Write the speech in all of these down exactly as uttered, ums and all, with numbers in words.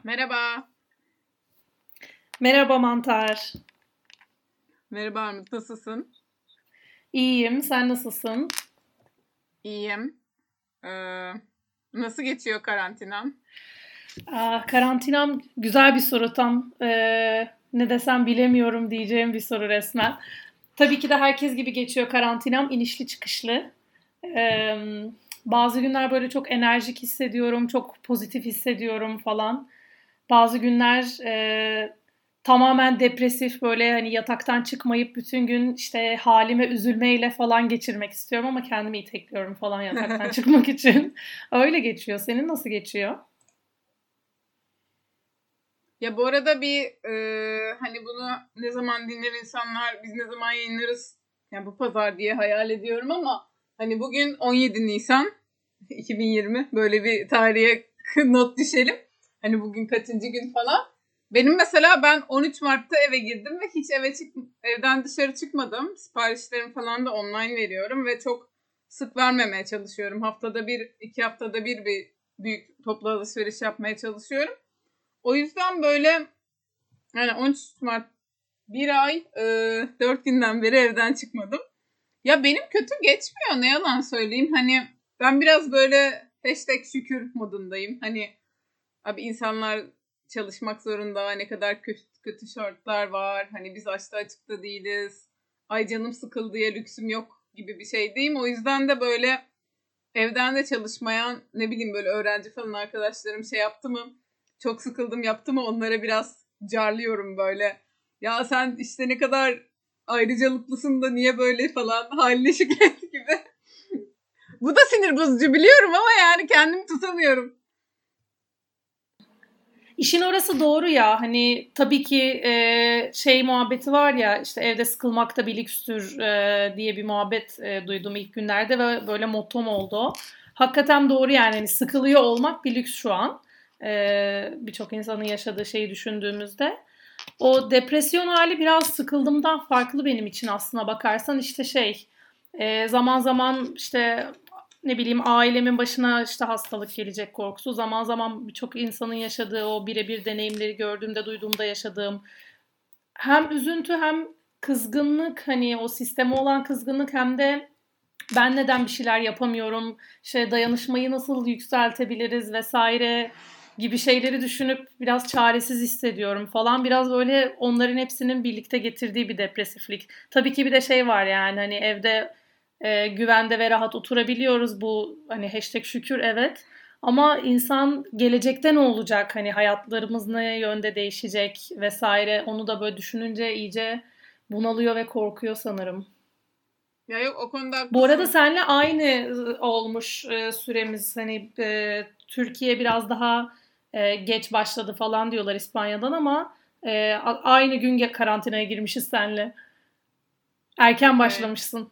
Merhaba. Merhaba Mantar. Merhaba Armut, nasılsın? İyiyim, sen nasılsın? İyiyim. Ee, nasıl geçiyor karantinan? Aa, karantinam güzel bir soru tam. Ee, ne desem bilemiyorum diyeceğim bir soru resmen. Tabii ki de herkes gibi geçiyor karantinam, inişli çıkışlı. Ee, Bazı günler böyle çok enerjik hissediyorum, çok pozitif hissediyorum falan. Bazı günler e, tamamen depresif böyle hani yataktan çıkmayıp bütün gün işte halime üzülmeyle falan geçirmek istiyorum ama kendimi itekliyorum falan yataktan çıkmak için. Öyle geçiyor. Senin nasıl geçiyor? Ya bu arada bir e, hani bunu ne zaman dinler insanlar, biz ne zaman yayınlarız? Yani bu pazar diye hayal ediyorum ama hani bugün on yedi Nisan iki bin yirmi, böyle bir tarihe not düşelim. Hani bugün kaçıncı gün falan. Benim mesela ben on üç Mart'ta eve girdim ve hiç eve çık evden dışarı çıkmadım. Siparişlerimi falan da online veriyorum ve çok sık vermemeye çalışıyorum. Haftada bir, iki haftada bir bir büyük toplu alışveriş yapmaya çalışıyorum. O yüzden böyle yani on üç Mart bir ay e, dört günden beri evden çıkmadım. Ya benim kötü geçmiyor, ne yalan söyleyeyim. Hani ben biraz böyle hashtag şükür modundayım. Hani abi insanlar çalışmak zorunda, ne kadar kötü, kötü şartlar var. Hani biz açta açıkta değiliz. Ay canım sıkıldı ya, lüksüm yok gibi bir şey diyeyim. O yüzden de böyle evden de çalışmayan, ne bileyim, böyle öğrenci falan arkadaşlarım şey yaptı mı, çok sıkıldım yaptı mı, onlara biraz carlıyorum böyle. Ya sen işte ne kadar ayrıcalıklısın da niye böyle falan, haline şikayet gibi. Bu da sinir bozucu biliyorum ama yani kendimi tutamıyorum. İşin orası doğru ya hani tabii ki e, şey muhabbeti var ya işte evde sıkılmak da bir lükstür e, diye bir muhabbet e, duydum ilk günlerde ve böyle mottom oldu o. Hakikaten doğru yani hani sıkılıyor olmak bir lüks şu an. E, birçok insanın yaşadığı şeyi düşündüğümüzde. O depresyon hali biraz sıkıldığımdan farklı benim için aslına bakarsan işte şey e, zaman zaman işte ne bileyim ailemin başına işte hastalık gelecek korkusu zaman zaman birçok insanın yaşadığı o birebir deneyimleri gördüğümde duyduğumda yaşadığım hem üzüntü hem kızgınlık hani o sisteme olan kızgınlık hem de ben neden bir şeyler yapamıyorum, işte dayanışmayı nasıl yükseltebiliriz vesaire gibi şeyleri düşünüp biraz çaresiz hissediyorum falan. Biraz böyle onların hepsinin birlikte getirdiği bir depresiflik. Tabii ki bir de şey var yani hani evde e, güvende ve rahat oturabiliyoruz. Bu hani hashtag şükür evet. Ama insan gelecekte ne olacak? Hani hayatlarımız ne yönde değişecek vesaire. Onu da böyle düşününce iyice bunalıyor ve korkuyor sanırım. Ya yok, o konuda Bu arada haklısın. seninle aynı e, olmuş e, süremiz. Hani e, Türkiye biraz daha e, geç başladı falan diyorlar İspanya'dan ama e, aynı gün karantinaya girmişiz seninle. Erken Okey. başlamışsın.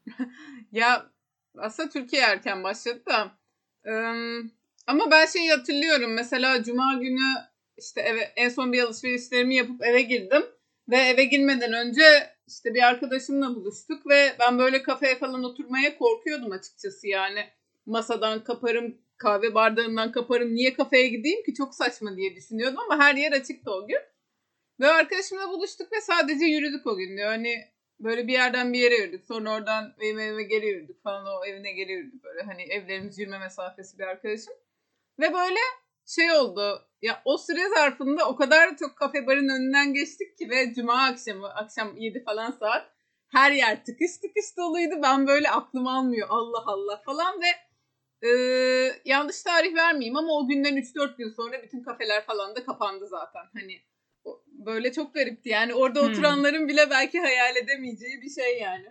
Ya aslında Türkiye erken başladı da. Im, ama ben şeyi hatırlıyorum. Mesela Cuma günü işte eve, en son bir alışverişlerimi yapıp eve girdim. Ve eve girmeden önce işte bir arkadaşımla buluştuk ve ben böyle kafeye falan oturmaya korkuyordum açıkçası yani. Masadan kaparım, kahve bardağından kaparım. Niye kafeye gideyim ki, çok saçma diye düşünüyordum ama her yer açıktı o gün. Ve arkadaşımla buluştuk ve sadece yürüdük o gün diyor. Hani böyle bir yerden bir yere yürüdük. Sonra oradan benim evime geri yürüdük falan. O evine geri yürüdük böyle. Hani evlerimiz yürüme mesafesi bir arkadaşım. Ve böyle şey oldu. Ya o süre zarfında o kadar çok kafe barın önünden geçtik ki ve cuma akşamı, akşam yedi falan saat, her yer tıkış tıkış doluydu. Ben böyle aklım almıyor, Allah Allah falan ve e, yanlış tarih vermeyeyim ama o günden üç dört gün sonra bütün kafeler falan da kapandı zaten. Hani böyle çok garipti. Yani orada Hmm. oturanların bile belki hayal edemeyeceği bir şey yani.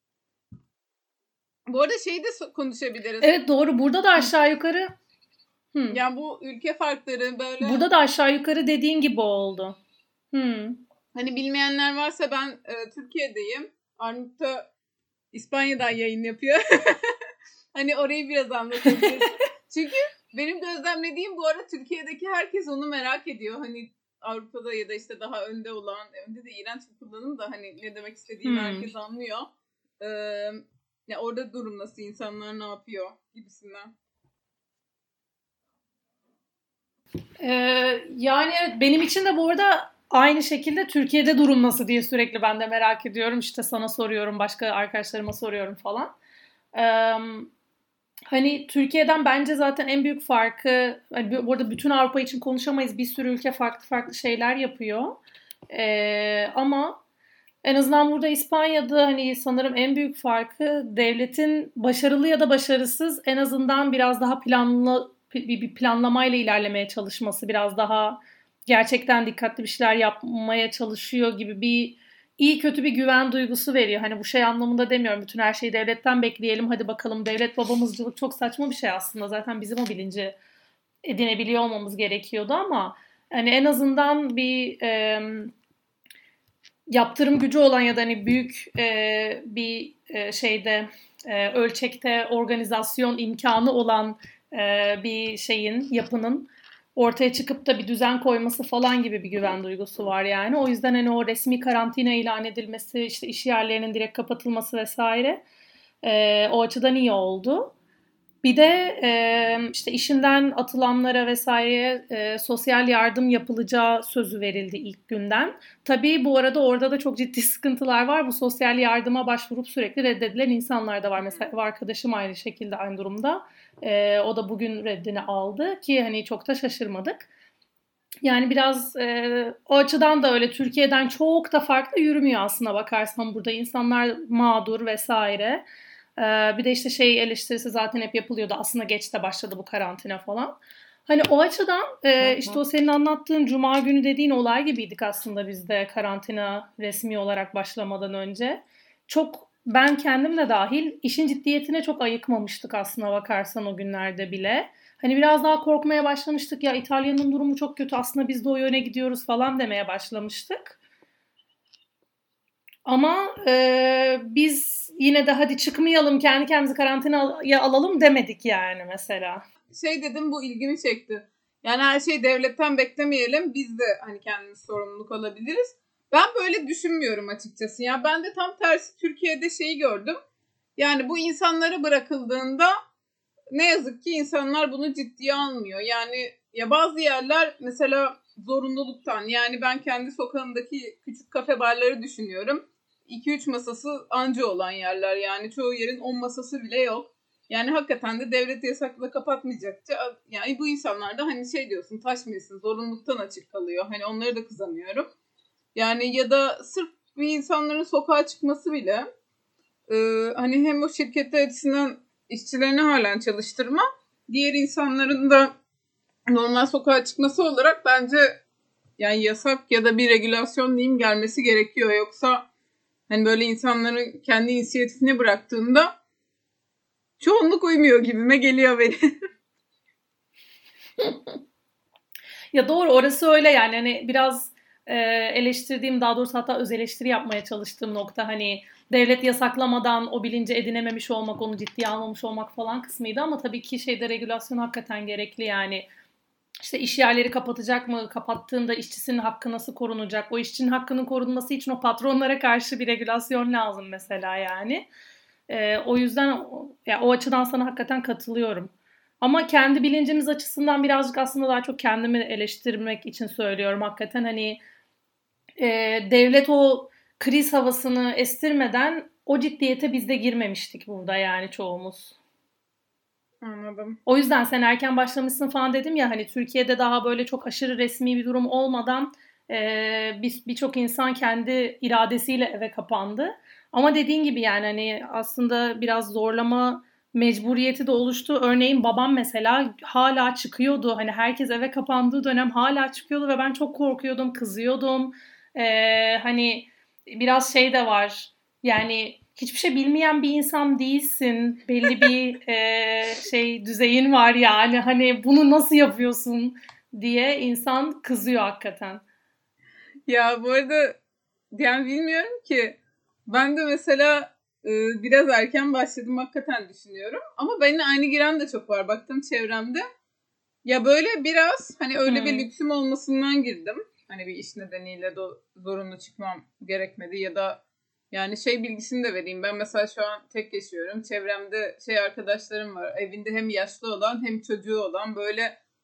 Bu arada şeyi de konuşabiliriz. Evet doğru. Burada da aşağı yukarı hmm. Yani bu ülke farkları böyle, Burada da aşağı yukarı dediğin gibi oldu. Hmm. hani bilmeyenler varsa ben e, Türkiye'deyim. Armut da İspanya'dan yayın yapıyor. Hani orayı biraz anlatabilirsin. Çünkü benim gözlemlediğim, bu ara Türkiye'deki herkes onu merak ediyor. Hani Avrupa'da ya da işte daha önde olan, önde de iğrenç bir kullanım da, hani ne demek istediğimi Hmm. herkes anlıyor. Ee, ya orada durum nasıl, insanlar ne yapıyor gibisinden. Ee, yani evet, benim için de bu arada aynı şekilde Türkiye'de durum nasıl diye sürekli ben de merak ediyorum. İşte sana soruyorum, başka arkadaşlarıma soruyorum falan. Ee, Hani Türkiye'den bence zaten en büyük farkı, hani bu arada bütün Avrupa için konuşamayız. Bir sürü ülke farklı farklı şeyler yapıyor. Ee, ama en azından burada İspanya'da hani sanırım en büyük farkı devletin başarılı ya da başarısız en azından biraz daha planlı bir bir planlamayla ilerlemeye çalışması, biraz daha gerçekten dikkatli bir şeyler yapmaya çalışıyor gibi bir iyi kötü bir güven duygusu veriyor. Hani bu şey anlamında demiyorum. Bütün her şeyi devletten bekleyelim. Hadi bakalım, devlet babamızcılık çok saçma bir şey aslında. Zaten bizim o bilinci edinebiliyor olmamız gerekiyordu ama hani en azından bir e, yaptırım gücü olan ya da hani büyük e, bir e, şeyde e, ölçekte organizasyon imkanı olan e, bir şeyin, yapının ortaya çıkıp da bir düzen koyması falan gibi bir güven duygusu var yani. O yüzden hani o resmi karantina ilan edilmesi, işte iş yerlerinin direkt kapatılması vesaire e, o açıdan iyi oldu. Bir de e, işte işinden atılanlara vesaire e, sosyal yardım yapılacağı sözü verildi ilk günden. Tabii bu arada orada da çok ciddi sıkıntılar var. Bu sosyal yardıma başvurup sürekli reddedilen insanlar da var. Mesela ev arkadaşım aynı şekilde aynı durumda. E, o da bugün reddini aldı ki hani çok da şaşırmadık. Yani biraz e, o açıdan da öyle Türkiye'den çok da farklı yürümüyor aslına bakarsan, burada insanlar mağdur vesaire. E, bir de işte şey eleştirisi zaten hep yapılıyordu, aslında geç de başladı bu karantina falan. Hani o açıdan e, işte o senin anlattığın Cuma günü dediğin olay gibiydik aslında biz de karantina resmi olarak başlamadan önce. Çok, ben kendim de dahil işin ciddiyetine çok ayıkmamıştık aslına bakarsan o günlerde bile. Hani biraz daha korkmaya başlamıştık, ya İtalya'nın durumu çok kötü aslında biz de o yöne gidiyoruz falan demeye başlamıştık. Ama e, biz yine de hadi çıkmayalım, kendi kendimizi karantinaya alalım demedik yani mesela. Şey dedim, bu ilgimi çekti. Yani her şeyi devletten beklemeyelim. Biz de hani kendimiz sorumluluk alabiliriz. Ben böyle düşünmüyorum açıkçası. Ya ben de tam tersi Türkiye'de şeyi gördüm. Yani bu insanlara bırakıldığında ne yazık ki insanlar bunu ciddiye almıyor. Yani ya bazı yerler mesela zorunluluktan, yani ben kendi sokağımdaki küçük kafe barları düşünüyorum. iki üç masası anca olan yerler, yani çoğu yerin on masası bile yok. Yani hakikaten de devlet yasakla kapatmayacakça yani bu insanlar da hani şey diyorsun, taş mısın, zorunluluktan açık kalıyor. Hani onları da kızamıyorum. Yani ya da sırf bir insanların sokağa çıkması bile e, hani hem o şirketler açısından işçilerini halen çalıştırma, diğer insanların da normal sokağa çıkması olarak bence yani yasak ya da bir regülasyon diyeyim gelmesi gerekiyor. Yoksa hani böyle insanların kendi inisiyatifine bıraktığında çoğunluk uymuyor gibime geliyor benim. Ya doğru, orası öyle yani hani biraz e, eleştirdiğim, daha doğrusu hatta öz eleştiri yapmaya çalıştığım nokta hani devlet yasaklamadan o bilinci edinememiş olmak, onu ciddiye almamış olmak falan kısmıydı ama tabii ki şeyde regülasyon hakikaten gerekli yani. İşte iş yerleri kapatacak mı? Kapattığında işçisinin hakkı nasıl korunacak? O işçinin hakkının korunması için o patronlara karşı bir regülasyon lazım mesela yani. Ee, o yüzden ya, o açıdan sana hakikaten katılıyorum. Ama kendi bilincimiz açısından birazcık aslında daha çok kendimi eleştirmek için söylüyorum hakikaten. Hani e, devlet o kriz havasını estirmeden o ciddiyete biz de girmemiştik burada yani çoğumuz. Anladım. O yüzden sen erken başlamışsın falan dedim ya, hani Türkiye'de daha böyle çok aşırı resmi bir durum olmadan e, bir- birçok insan kendi iradesiyle eve kapandı. Ama dediğin gibi yani hani aslında biraz zorlama mecburiyeti de oluştu. Örneğin babam mesela hala çıkıyordu. Hani herkes eve kapandığı dönem hala çıkıyordu ve ben çok korkuyordum, kızıyordum. E, hani biraz şey de var. Yani hiçbir şey bilmeyen bir insan değilsin. Belli bir e, şey düzeyin var yani. Hani bunu nasıl yapıyorsun diye insan kızıyor hakikaten. Ya bu arada yani bilmiyorum ki, ben de mesela e, biraz erken başladım hakikaten düşünüyorum. Ama benimle aynı giren de çok var. Baktım çevremde. Ya böyle biraz hani öyle bir Hmm. lüksüm olmasından girdim. Hani bir iş nedeniyle do- zorunlu çıkmam gerekmedi ya da yani şey bilgisini de vereyim. Ben mesela şu an tek yaşıyorum. Çevremde şey arkadaşlarım var. Evinde hem yaşlı olan hem çocuğu olan, böyle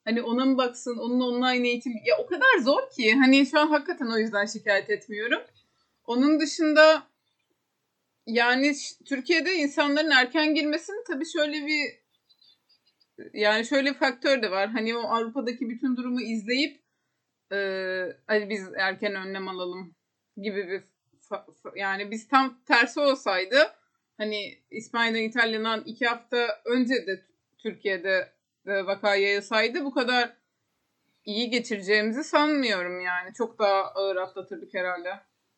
Hani ona mı baksın, onun online eğitim. Ya o kadar zor ki. Hani şu an hakikaten o yüzden şikayet etmiyorum. Onun dışında yani Türkiye'de insanların erken girmesinin tabii şöyle bir yani şöyle bir faktör de var. Hani o Avrupa'daki bütün durumu izleyip e, hani biz erken önlem alalım gibi bir yani biz tam tersi olsaydı hani İspanya'dan İtalya'dan iki hafta önce de Türkiye'de de vaka yayılsaydı bu kadar iyi geçireceğimizi sanmıyorum yani. Çok daha ağır atlatırdık herhalde.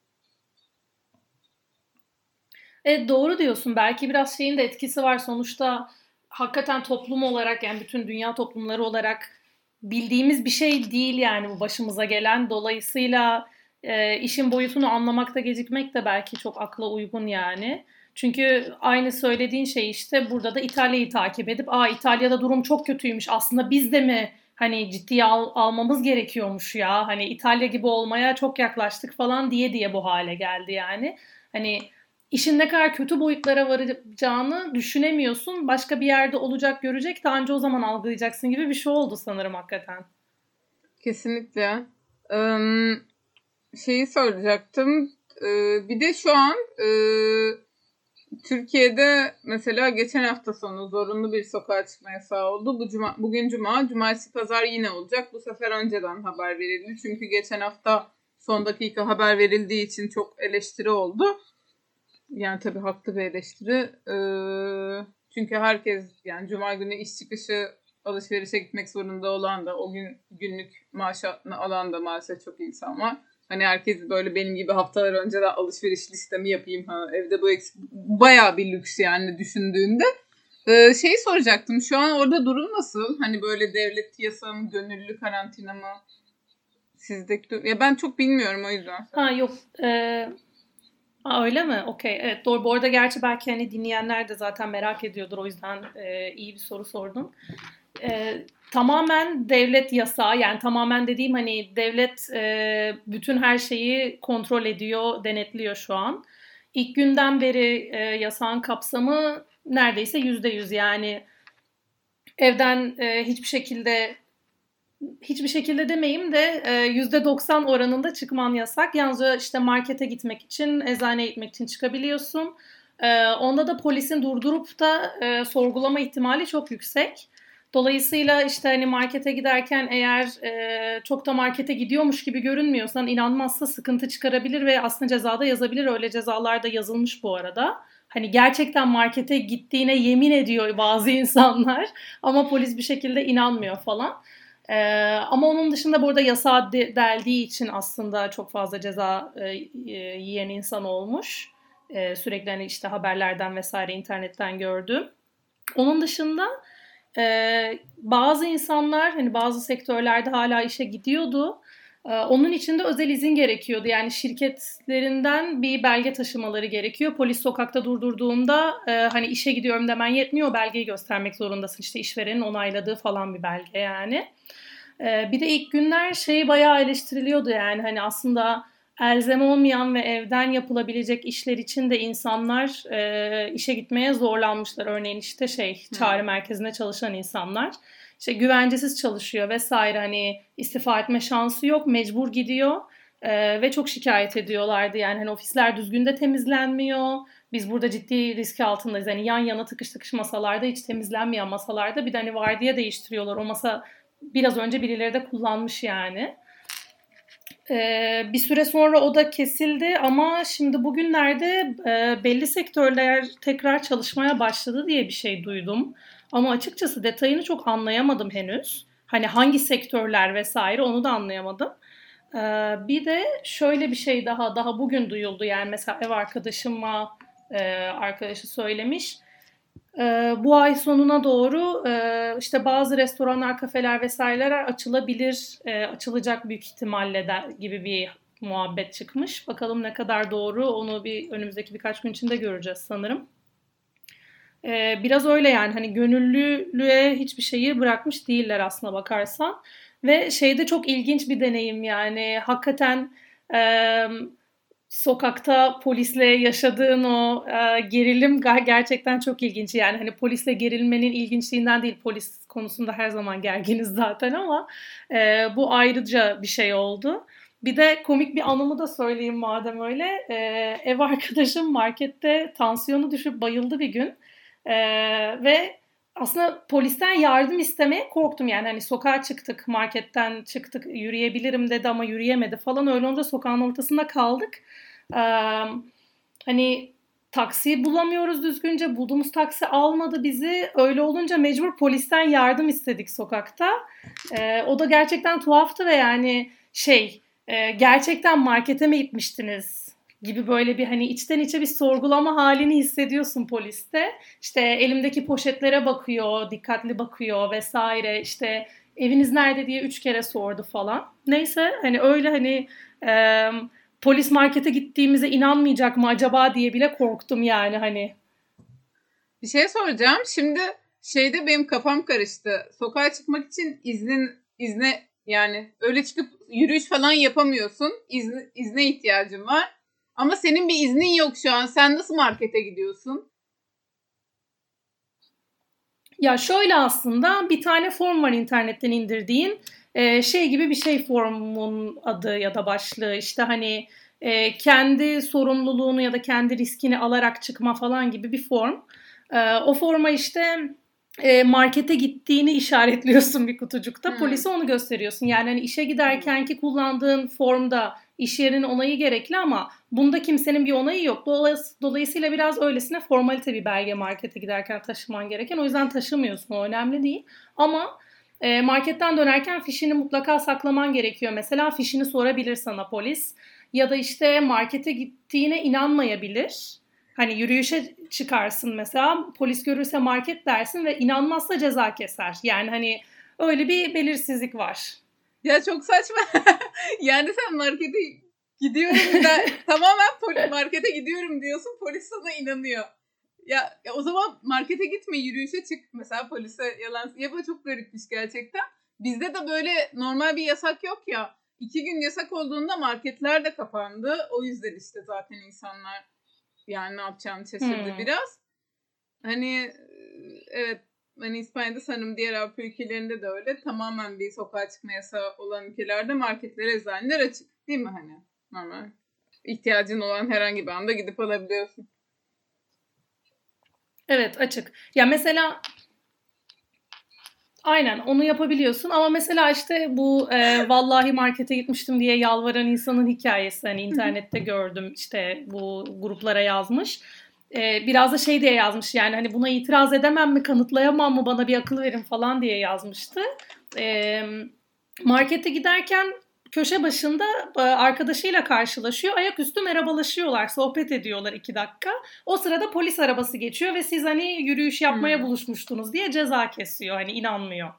Evet, doğru diyorsun. Belki biraz şeyin de etkisi var. Sonuçta hakikaten toplum olarak, yani bütün dünya toplumları olarak bildiğimiz bir şey değil yani bu başımıza gelen. Dolayısıyla e, işin boyutunu anlamakta gecikmek de belki çok akla uygun yani. Çünkü aynı söylediğin şey işte burada da İtalya'yı takip edip aa İtalya'da durum çok kötüymüş, aslında biz de mi hani ciddiye al, almamız gerekiyormuş ya, hani İtalya gibi olmaya çok yaklaştık falan diye diye bu hale geldi yani. Hani işin ne kadar kötü boyutlara varacağını düşünemiyorsun. Başka bir yerde olacak, görecek de anca o zaman algılayacaksın gibi bir şey oldu sanırım hakikaten. Kesinlikle. Ee, şeyi soracaktım. Ee, bir de şu an e, Türkiye'de mesela geçen hafta sonu zorunlu bir sokağa çıkma yasağı oldu. Bu cuma, bugün cuma, cumartesi pazar yine olacak. Bu sefer önceden haber verildi. Çünkü geçen hafta son dakika haber verildiği için çok eleştiri oldu. Yani tabii haklı bir eleştiri. Ee, çünkü herkes yani cuma günü iş çıkışı alışverişe gitmek zorunda olan da o gün günlük maaşını alan da maalesef çok insan var. Hani herkes böyle benim gibi haftalar önce de alışveriş listemi yapayım. Ha, evde bu eksik. Bayağı bir lüks yani düşündüğünde. Ee, şeyi soracaktım. Şu an orada durum nasıl? Hani böyle devlet yasağı mı, gönüllü karantina mı? Sizdeki ya ben çok bilmiyorum o yüzden. Ha yok. Ee, ha, öyle mi? Okey. Evet, doğru. Bu arada gerçi belki hani dinleyenler de zaten merak ediyordur. O yüzden e, iyi bir soru sordun. E, tamamen devlet yasağı, yani tamamen dediğim hani devlet e, bütün her şeyi kontrol ediyor, denetliyor şu an. İlk günden beri e, yasağın kapsamı neredeyse yüzde yüz, yani evden e, hiçbir şekilde hiçbir şekilde demeyeyim de e, yüzde doksan oranında çıkman yasak. Yalnızca işte markete gitmek için, eczaneye gitmek için çıkabiliyorsun. E, onda da polisin durdurup da e, sorgulama ihtimali çok yüksek. Dolayısıyla işte hani markete giderken eğer e, çok da markete gidiyormuş gibi görünmüyorsan, inanmazsa sıkıntı çıkarabilir ve aslında cezada yazabilir. Öyle cezalar da yazılmış bu arada. Hani gerçekten markete gittiğine yemin ediyor bazı insanlar ama polis bir şekilde inanmıyor falan. Ee, ama onun dışında burada yasağı de, deldiği için aslında çok fazla ceza e, e, yiyen insan olmuş. E, sürekli hani işte haberlerden vesaire, internetten gördüm. Onun dışında e, bazı insanlar hani bazı sektörlerde hala işe gidiyordu. E, onun için de özel izin gerekiyordu. Yani şirketlerinden bir belge taşımaları gerekiyor. Polis sokakta durdurduğunda e, hani işe gidiyorum demen yetmiyor. O belgeyi göstermek zorundasın. İşte işverenin onayladığı falan bir belge yani. Bir de ilk günler şey bayağı eleştiriliyordu, yani hani aslında elzem olmayan ve evden yapılabilecek işler için de insanlar e, işe gitmeye zorlanmışlar. Örneğin işte şey çağrı merkezinde çalışan insanlar işte güvencesiz çalışıyor vesaire, hani istifa etme şansı yok, mecbur gidiyor e, ve çok şikayet ediyorlardı. Yani hani ofisler düzgün de temizlenmiyor. Biz burada ciddi risk altındayız. Yani yan yana tıkış tıkış masalarda, hiç temizlenmeyen masalarda bir de hani vardiya değiştiriyorlar. O masa biraz önce birileri de kullanmış yani. Ee, bir süre sonra o da kesildi ama şimdi bugünlerde e, belli sektörler tekrar çalışmaya başladı diye bir şey duydum. Ama açıkçası detayını çok anlayamadım henüz. Hani hangi sektörler vesaire, onu da anlayamadım. Ee, bir de şöyle bir şey daha daha bugün duyuldu. Yani mesela ev arkadaşıma e, arkadaşı söylemiş. Ee, bu ay sonuna doğru e, işte bazı restoranlar, kafeler vesaireler açılabilir, e, açılacak büyük ihtimalle de gibi bir muhabbet çıkmış. Bakalım ne kadar doğru, onu bir önümüzdeki birkaç gün içinde göreceğiz sanırım. Ee, biraz öyle yani, hani gönüllülüğe hiçbir şeyi bırakmış değiller aslına bakarsan. Ve şeyde çok ilginç bir deneyim yani, hakikaten... E, sokakta polisle yaşadığın o e, gerilim gerçekten çok ilginç. Yani hani polisle gerilmenin ilginçliğinden değil, polis konusunda her zaman gerginiz zaten ama e, bu ayrıca bir şey oldu. Bir de komik bir anımı da söyleyeyim madem öyle. E, ev arkadaşım markette tansiyonu düşüp bayıldı bir gün. E, ve aslında polisten yardım istemeye korktum. Yani hani sokağa çıktık, marketten çıktık, yürüyebilirim dedi ama yürüyemedi falan. Öyle olunca sokağın ortasında kaldık. Ee, hani taksiyi bulamıyoruz düzgünce. Bulduğumuz taksi almadı bizi. Öyle olunca mecbur polisten yardım istedik sokakta. Ee, o da gerçekten tuhaftı ve yani şey e, gerçekten markete mi gitmiştiniz gibi böyle bir hani içten içe bir sorgulama halini hissediyorsun poliste. İşte elimdeki poşetlere bakıyor, dikkatli bakıyor vesaire. İşte eviniz nerede diye üç kere sordu falan. Neyse hani öyle hani e, polis markete gittiğimize inanmayacak mı acaba diye bile korktum yani hani. Bir şey soracağım. Şimdi şeyde benim kafam karıştı. Sokağa çıkmak için iznin izne yani öyle çıkıp yürüyüş falan yapamıyorsun. İzne, izne ihtiyacın var. Ama senin bir iznin yok şu an. Sen nasıl markete gidiyorsun? Ya şöyle aslında bir tane form var internetten indirdiğin. Ee, şey gibi bir şey formun adı ya da başlığı. İşte hani e, kendi sorumluluğunu ya da kendi riskini alarak çıkma falan gibi bir form. Ee, o forma işte e, markete gittiğini işaretliyorsun bir kutucukta. Hmm. Polise onu gösteriyorsun. Yani hani işe giderkenki kullandığın formda iş yerinin onayı gerekli ama bunda kimsenin bir onayı yok. Dolayısıyla biraz öylesine formalite bir belge markete giderken taşıman gereken. O yüzden taşımıyorsun. O önemli değil. Ama e, marketten dönerken fişini mutlaka saklaman gerekiyor. Mesela fişini sorabilir sana polis. Ya da işte markete gittiğine inanmayabilir. Hani yürüyüşe çıkarsın mesela, polis görürse market dersin ve inanmazsa ceza keser. Yani hani öyle bir belirsizlik var. Ya çok saçma. Yani sen markete gidiyorum da tamamen poli- markete gidiyorum diyorsun. Polis sana inanıyor. Ya, ya o zaman markete gitme, yürüyüşe çık. Mesela polise yalan. Ya bu çok garipmiş gerçekten. Bizde de böyle normal bir yasak yok ya. İki gün yasak olduğunda marketler de kapandı. O yüzden işte zaten insanlar yani ne yapacağını şaşırdı Hmm. biraz. Hani evet, hani İspanya'da sanırım diğer Avrupa ülkelerinde de öyle. Tamamen bir sokağa çıkma yasağı olan ülkelerde marketler, eczaneler açık. Değil mi hani? Normal. İhtiyacın olan herhangi bir anda gidip alabiliyorsun. Evet, açık. Ya mesela aynen onu yapabiliyorsun ama mesela işte bu e, vallahi markete gitmiştim diye yalvaran insanın hikayesi hani internette gördüm, işte bu gruplara yazmış. E, biraz da şey diye yazmış, yani hani buna itiraz edemem mi, kanıtlayamam mı, bana bir akıl verin falan diye yazmıştı. E, markete giderken köşe başında e, arkadaşıyla karşılaşıyor. Ayaküstü merhabalaşıyorlar, sohbet ediyorlar iki dakika. O sırada polis arabası geçiyor ve siz hani yürüyüş yapmaya Hmm. buluşmuştunuz diye ceza kesiyor. Hani inanmıyor.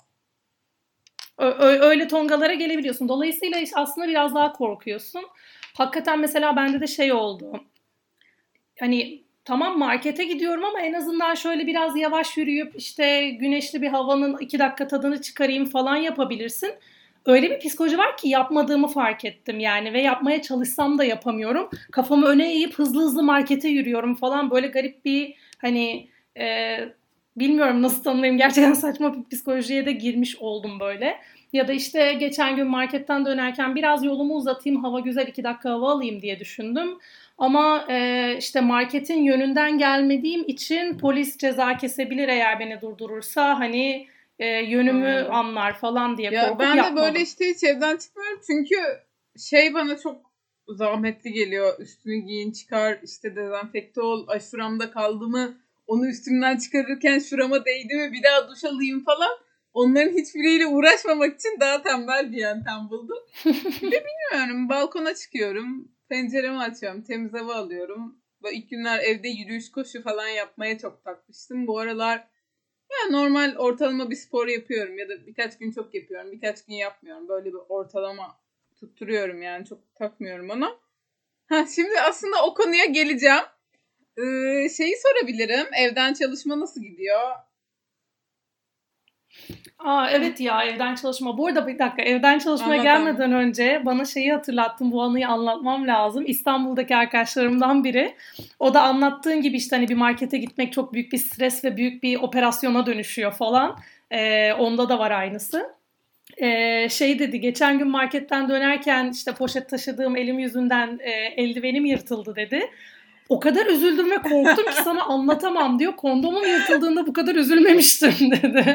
Ö- öyle tongalara gelebiliyorsun. Dolayısıyla işte aslında biraz daha korkuyorsun. Hakikaten mesela bende de şey oldu. Hani tamam markete gidiyorum ama en azından şöyle biraz yavaş yürüyüp işte güneşli bir havanın iki dakika tadını çıkarayım falan yapabilirsin. Öyle bir psikoloji var ki yapmadığımı fark ettim yani ve yapmaya çalışsam da yapamıyorum. Kafamı öne eğip hızlı hızlı markete yürüyorum falan, böyle garip bir hani e, bilmiyorum nasıl tanımlayayım, gerçekten saçma bir psikolojiye de girmiş oldum böyle. Ya da işte geçen gün marketten dönerken biraz yolumu uzatayım, hava güzel, iki dakika hava alayım diye düşündüm. Ama e, işte marketin yönünden gelmediğim için polis ceza kesebilir eğer beni durdurursa, hani e, yönümü Anladım. anlar falan diye Ya korkup ben de böyle yapmadım. işte hiç evden çıkmıyorum. Çünkü şey bana çok zahmetli geliyor. Üstünü giyin, çıkar, işte dezenfekte ol. Ay şuramda kaldı mı? Onu üstümden çıkarırken şurama değdi mi? Bir daha duş alayım falan. Onların hiçbiriyle uğraşmamak için daha tembel bir yöntem buldum. Bir de bilmiyorum, balkona çıkıyorum. Penceremi açıyorum. Temiz hava alıyorum. Böyle ilk günler evde yürüyüş, koşu falan yapmaya çok takmıştım. Bu aralar ya normal ortalama bir spor yapıyorum ya da birkaç gün çok yapıyorum, birkaç gün yapmıyorum. Böyle bir ortalama tutturuyorum yani, çok takmıyorum ona. Ha, şimdi aslında o konuya geleceğim. Ee, şeyi sorabilirim. Evden çalışma nasıl gidiyor? Aa, evet ya, evden çalışma. Bu arada bir dakika, evden çalışmaya Anlat anlat. gelmeden önce bana şeyi hatırlattın. Bu anıyı anlatmam lazım. İstanbul'daki arkadaşlarımdan biri. O da anlattığın gibi işte hani bir markete gitmek çok büyük bir stres ve büyük bir operasyona dönüşüyor falan. Ee, onda da var aynısı. Ee, şey dedi, geçen gün marketten dönerken işte poşet taşıdığım elim yüzünden e, eldivenim yırtıldı dedi. O kadar üzüldüm ve korktum ki sana anlatamam diyor. Kondomum yırtıldığında bu kadar üzülmemiştim dedi.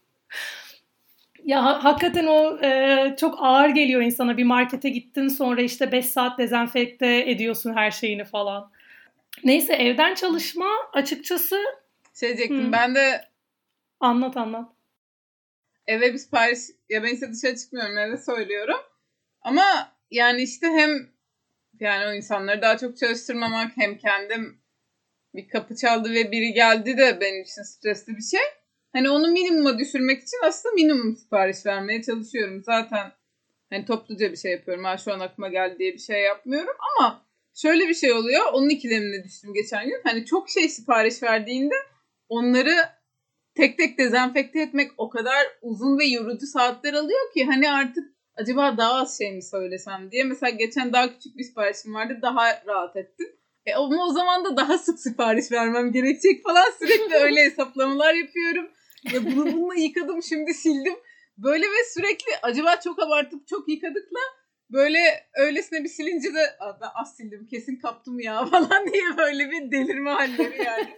Ya ha- hakikaten o e, çok ağır geliyor insana. Bir markete gittin, sonra işte beş saat dezenfekte ediyorsun her şeyini falan. Neyse, evden çalışma açıkçası. Şey diyecektim, Hı, ben de anlat anlat. eve bir sipariş, ya ben ise dışarı çıkmıyorum, eve söylüyorum. Ama yani işte hem yani o insanları daha çok çalıştırmamak, hem kendim bir kapı çaldı ve biri geldi de benim için stresli bir şey. Hani onu minimuma düşürmek için aslında minimum sipariş vermeye çalışıyorum. Zaten hani topluca bir şey yapıyorum. Ha, şu an aklıma geldi diye bir şey yapmıyorum. Ama şöyle bir şey oluyor. Onun ikilemine düştüm geçen gün. Hani çok şey sipariş verdiğinde onları tek tek dezenfekte etmek o kadar uzun ve yorucu saatler alıyor ki hani artık acaba daha az şey mi söylesem diye. Mesela geçen daha küçük bir siparişim vardı. Daha rahat ettim. E ama o zaman da daha sık sipariş vermem gerekecek falan. Sürekli öyle hesaplamalar yapıyorum. Ya bunu bununla yıkadım, şimdi sildim. Böyle ve sürekli acaba çok abartıp çok yıkadıkla böyle öylesine bir silince de ben az sildim kesin kaptım ya falan diye böyle bir delirme halleri yani.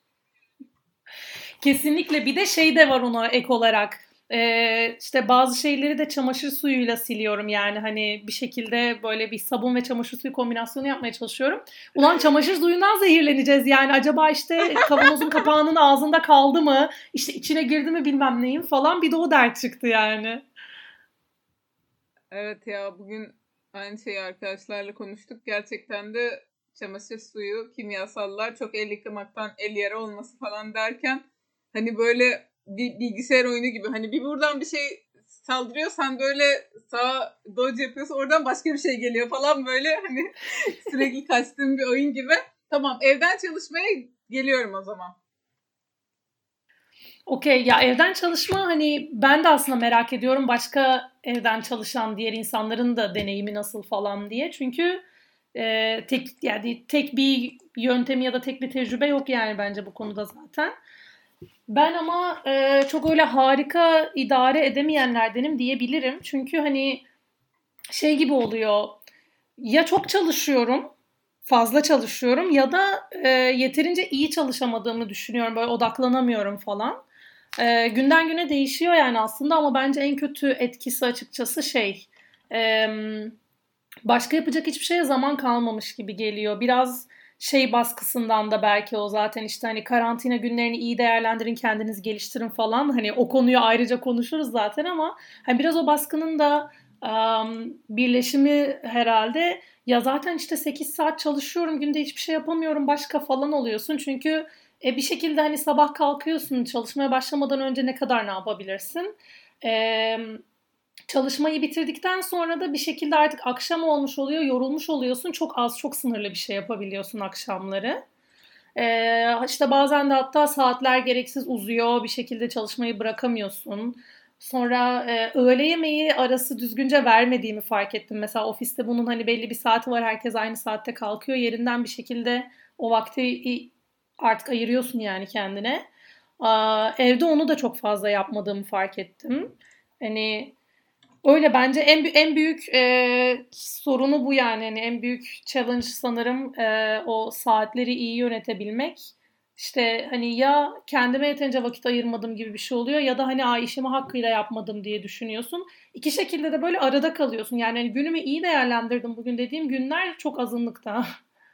Kesinlikle, bir de şey de var ona ek olarak. Ee, işte bazı şeyleri de çamaşır suyuyla siliyorum, yani hani bir şekilde böyle bir sabun ve çamaşır suyu kombinasyonu yapmaya çalışıyorum. Ulan çamaşır suyundan zehirleneceğiz yani, acaba işte kavanozun kapağının ağzında kaldı mı, işte içine girdi mi bilmem neyin falan, bir de o dert çıktı yani. Evet ya, bugün aynı şeyi arkadaşlarla konuştuk. Gerçekten de çamaşır suyu, kimyasallar, çok el yıkamaktan el yara olması falan derken hani böyle bir bilgisayar oyunu gibi, hani bir buradan bir şey saldırıyor, sen böyle sağa dodge yapıyorsun, oradan başka bir şey geliyor falan, böyle hani sürekli kaçtığım bir oyun gibi. Tamam, evden çalışmaya geliyorum o zaman. Okey ya, evden çalışma, hani ben de aslında merak ediyorum başka evden çalışan diğer insanların da deneyimi nasıl falan diye. Çünkü e, tek yani tek bir yöntemi ya da tek bir tecrübe yok yani bence bu konuda zaten. Ben ama e, çok öyle harika idare edemeyenlerdenim diyebilirim. Çünkü hani şey gibi oluyor. Ya çok çalışıyorum, fazla çalışıyorum, ya da e, yeterince iyi çalışamadığımı düşünüyorum. Böyle odaklanamıyorum falan. E, günden güne değişiyor yani aslında, ama bence en kötü etkisi açıkçası şey, e, başka yapacak hiçbir şeye zaman kalmamış gibi geliyor. Biraz şey baskısından da belki, o zaten işte hani karantina günlerini iyi değerlendirin, kendiniz geliştirin falan. Hani o konuyu ayrıca konuşuruz zaten, ama hani biraz o baskının da um, birleşimi herhalde. Ya zaten işte sekiz saat çalışıyorum, günde hiçbir şey yapamıyorum başka falan oluyorsun. Çünkü e, bir şekilde hani sabah kalkıyorsun, çalışmaya başlamadan önce ne kadar ne yapabilirsin? Eee Çalışmayı bitirdikten sonra da bir şekilde artık akşam olmuş oluyor, yorulmuş oluyorsun. Çok az, çok sınırlı bir şey yapabiliyorsun akşamları. Ee, işte bazen de hatta saatler gereksiz uzuyor, bir şekilde çalışmayı bırakamıyorsun. Sonra e, öğle yemeği arası düzgünce vermediğimi fark ettim. Mesela ofiste bunun hani belli bir saati var, herkes aynı saatte kalkıyor. Yerinden bir şekilde o vakti artık ayırıyorsun yani kendine. Aa, evde onu da çok fazla yapmadığımı fark ettim. Hani öyle, bence en en büyük e, sorunu bu yani. Yani en büyük challenge sanırım e, o saatleri iyi yönetebilmek. İşte hani ya kendime yeterince vakit ayırmadım gibi bir şey oluyor, ya da hani, "Aa, işimi hakkıyla yapmadım" diye düşünüyorsun. İki şekilde de böyle arada kalıyorsun. Yani hani günümü iyi değerlendirdim bugün dediğim günler çok azınlıkta.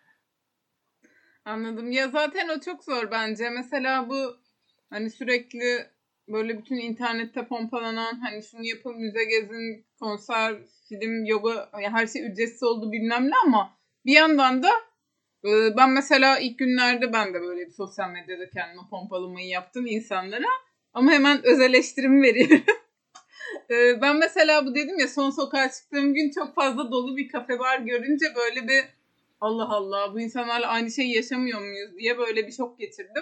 Anladım. Ya zaten o çok zor bence. Mesela bu hani sürekli böyle bütün internette pompalanan, hani şunu yapın, müze gezin, konser, film, yoga, ya her şey ücretsiz oldu bilmem ne, ama bir yandan da e, ben mesela ilk günlerde ben de böyle bir sosyal medyada kendime pompalamayı yaptım insanlara, ama hemen öz eleştirimi veriyorum. E, ben mesela bu dedim ya, son sokağa çıktığım gün çok fazla dolu bir kafe bar görünce böyle bir Allah Allah, bu insanlarla aynı şeyi yaşamıyor muyuz diye böyle bir şok geçirdim.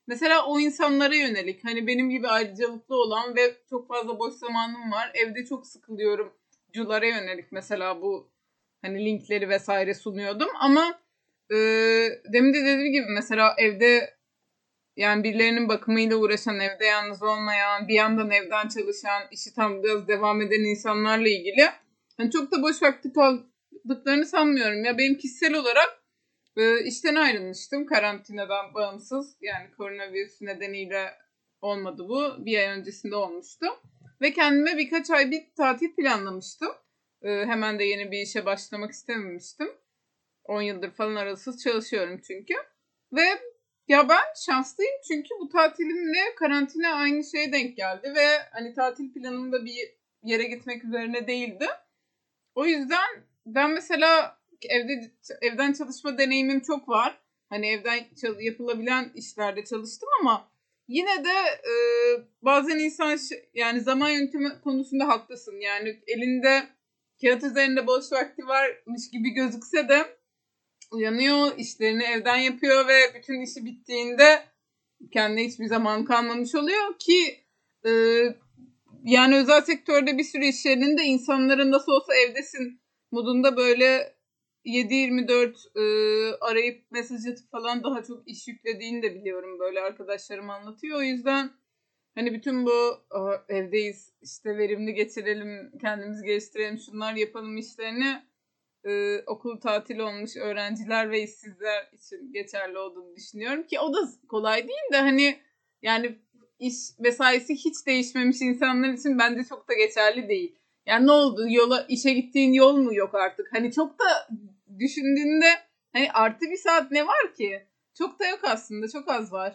mesela o insanlara yönelik, hani benim gibi ayrıcalıklı olan ve çok fazla boş zamanım var, evde çok sıkılıyorum culara yönelik mesela bu hani linkleri vesaire sunuyordum. Ama e, demin de dediğim gibi mesela evde yani birilerinin bakımıyla uğraşan, evde yalnız olmayan, bir yandan evden çalışan, işi tam biraz devam eden insanlarla ilgili hani çok da boş vakti kaldıklarını sanmıyorum. Ya benim kişisel olarak e, işten ayrılmıştım karantinadan bağımsız. Yani koronavirüs nedeniyle olmadı bu. Bir ay öncesinde olmuştu. Ve kendime birkaç ay bir tatil planlamıştım. E, hemen de yeni bir işe başlamak istememiştim. on yıldır falan arasız çalışıyorum çünkü. Ve ya ben şanslıyım çünkü bu tatilimle karantina aynı şeye denk geldi ve hani tatil planımda bir yere gitmek üzerine değildi. O yüzden ben mesela evde evden çalışma deneyimim çok var. Hani evden yapılabilen işlerde çalıştım ama yine de e, bazen insan yani zaman yönetimi konusunda haklısın. Yani elinde kağıt üzerinde boş vakti varmış gibi gözükse de uyanıyor, işlerini evden yapıyor ve bütün işi bittiğinde kendine hiçbir zaman kalmamış oluyor ki e, yani özel sektörde bir sürü iş yerinde insanların nasıl olsa evdesin modunda böyle yedi yirmi dört e, arayıp mesaj atıp falan daha çok iş yüklediğini de biliyorum, böyle arkadaşlarım anlatıyor. O yüzden hani bütün bu evdeyiz işte verimli geçirelim, kendimizi geliştirelim, şunlar yapalım işlerini e, okul tatil olmuş öğrenciler ve işsizler için geçerli olduğunu düşünüyorum ki o da kolay değil de hani yani iş vesairesi hiç değişmemiş insanlar için bence çok da geçerli değil. Yani ne oldu? Yola, işe gittiğin yol mu yok artık? Hani çok da düşündüğünde hani artı bir saat ne var ki? Çok da yok aslında. Çok az var.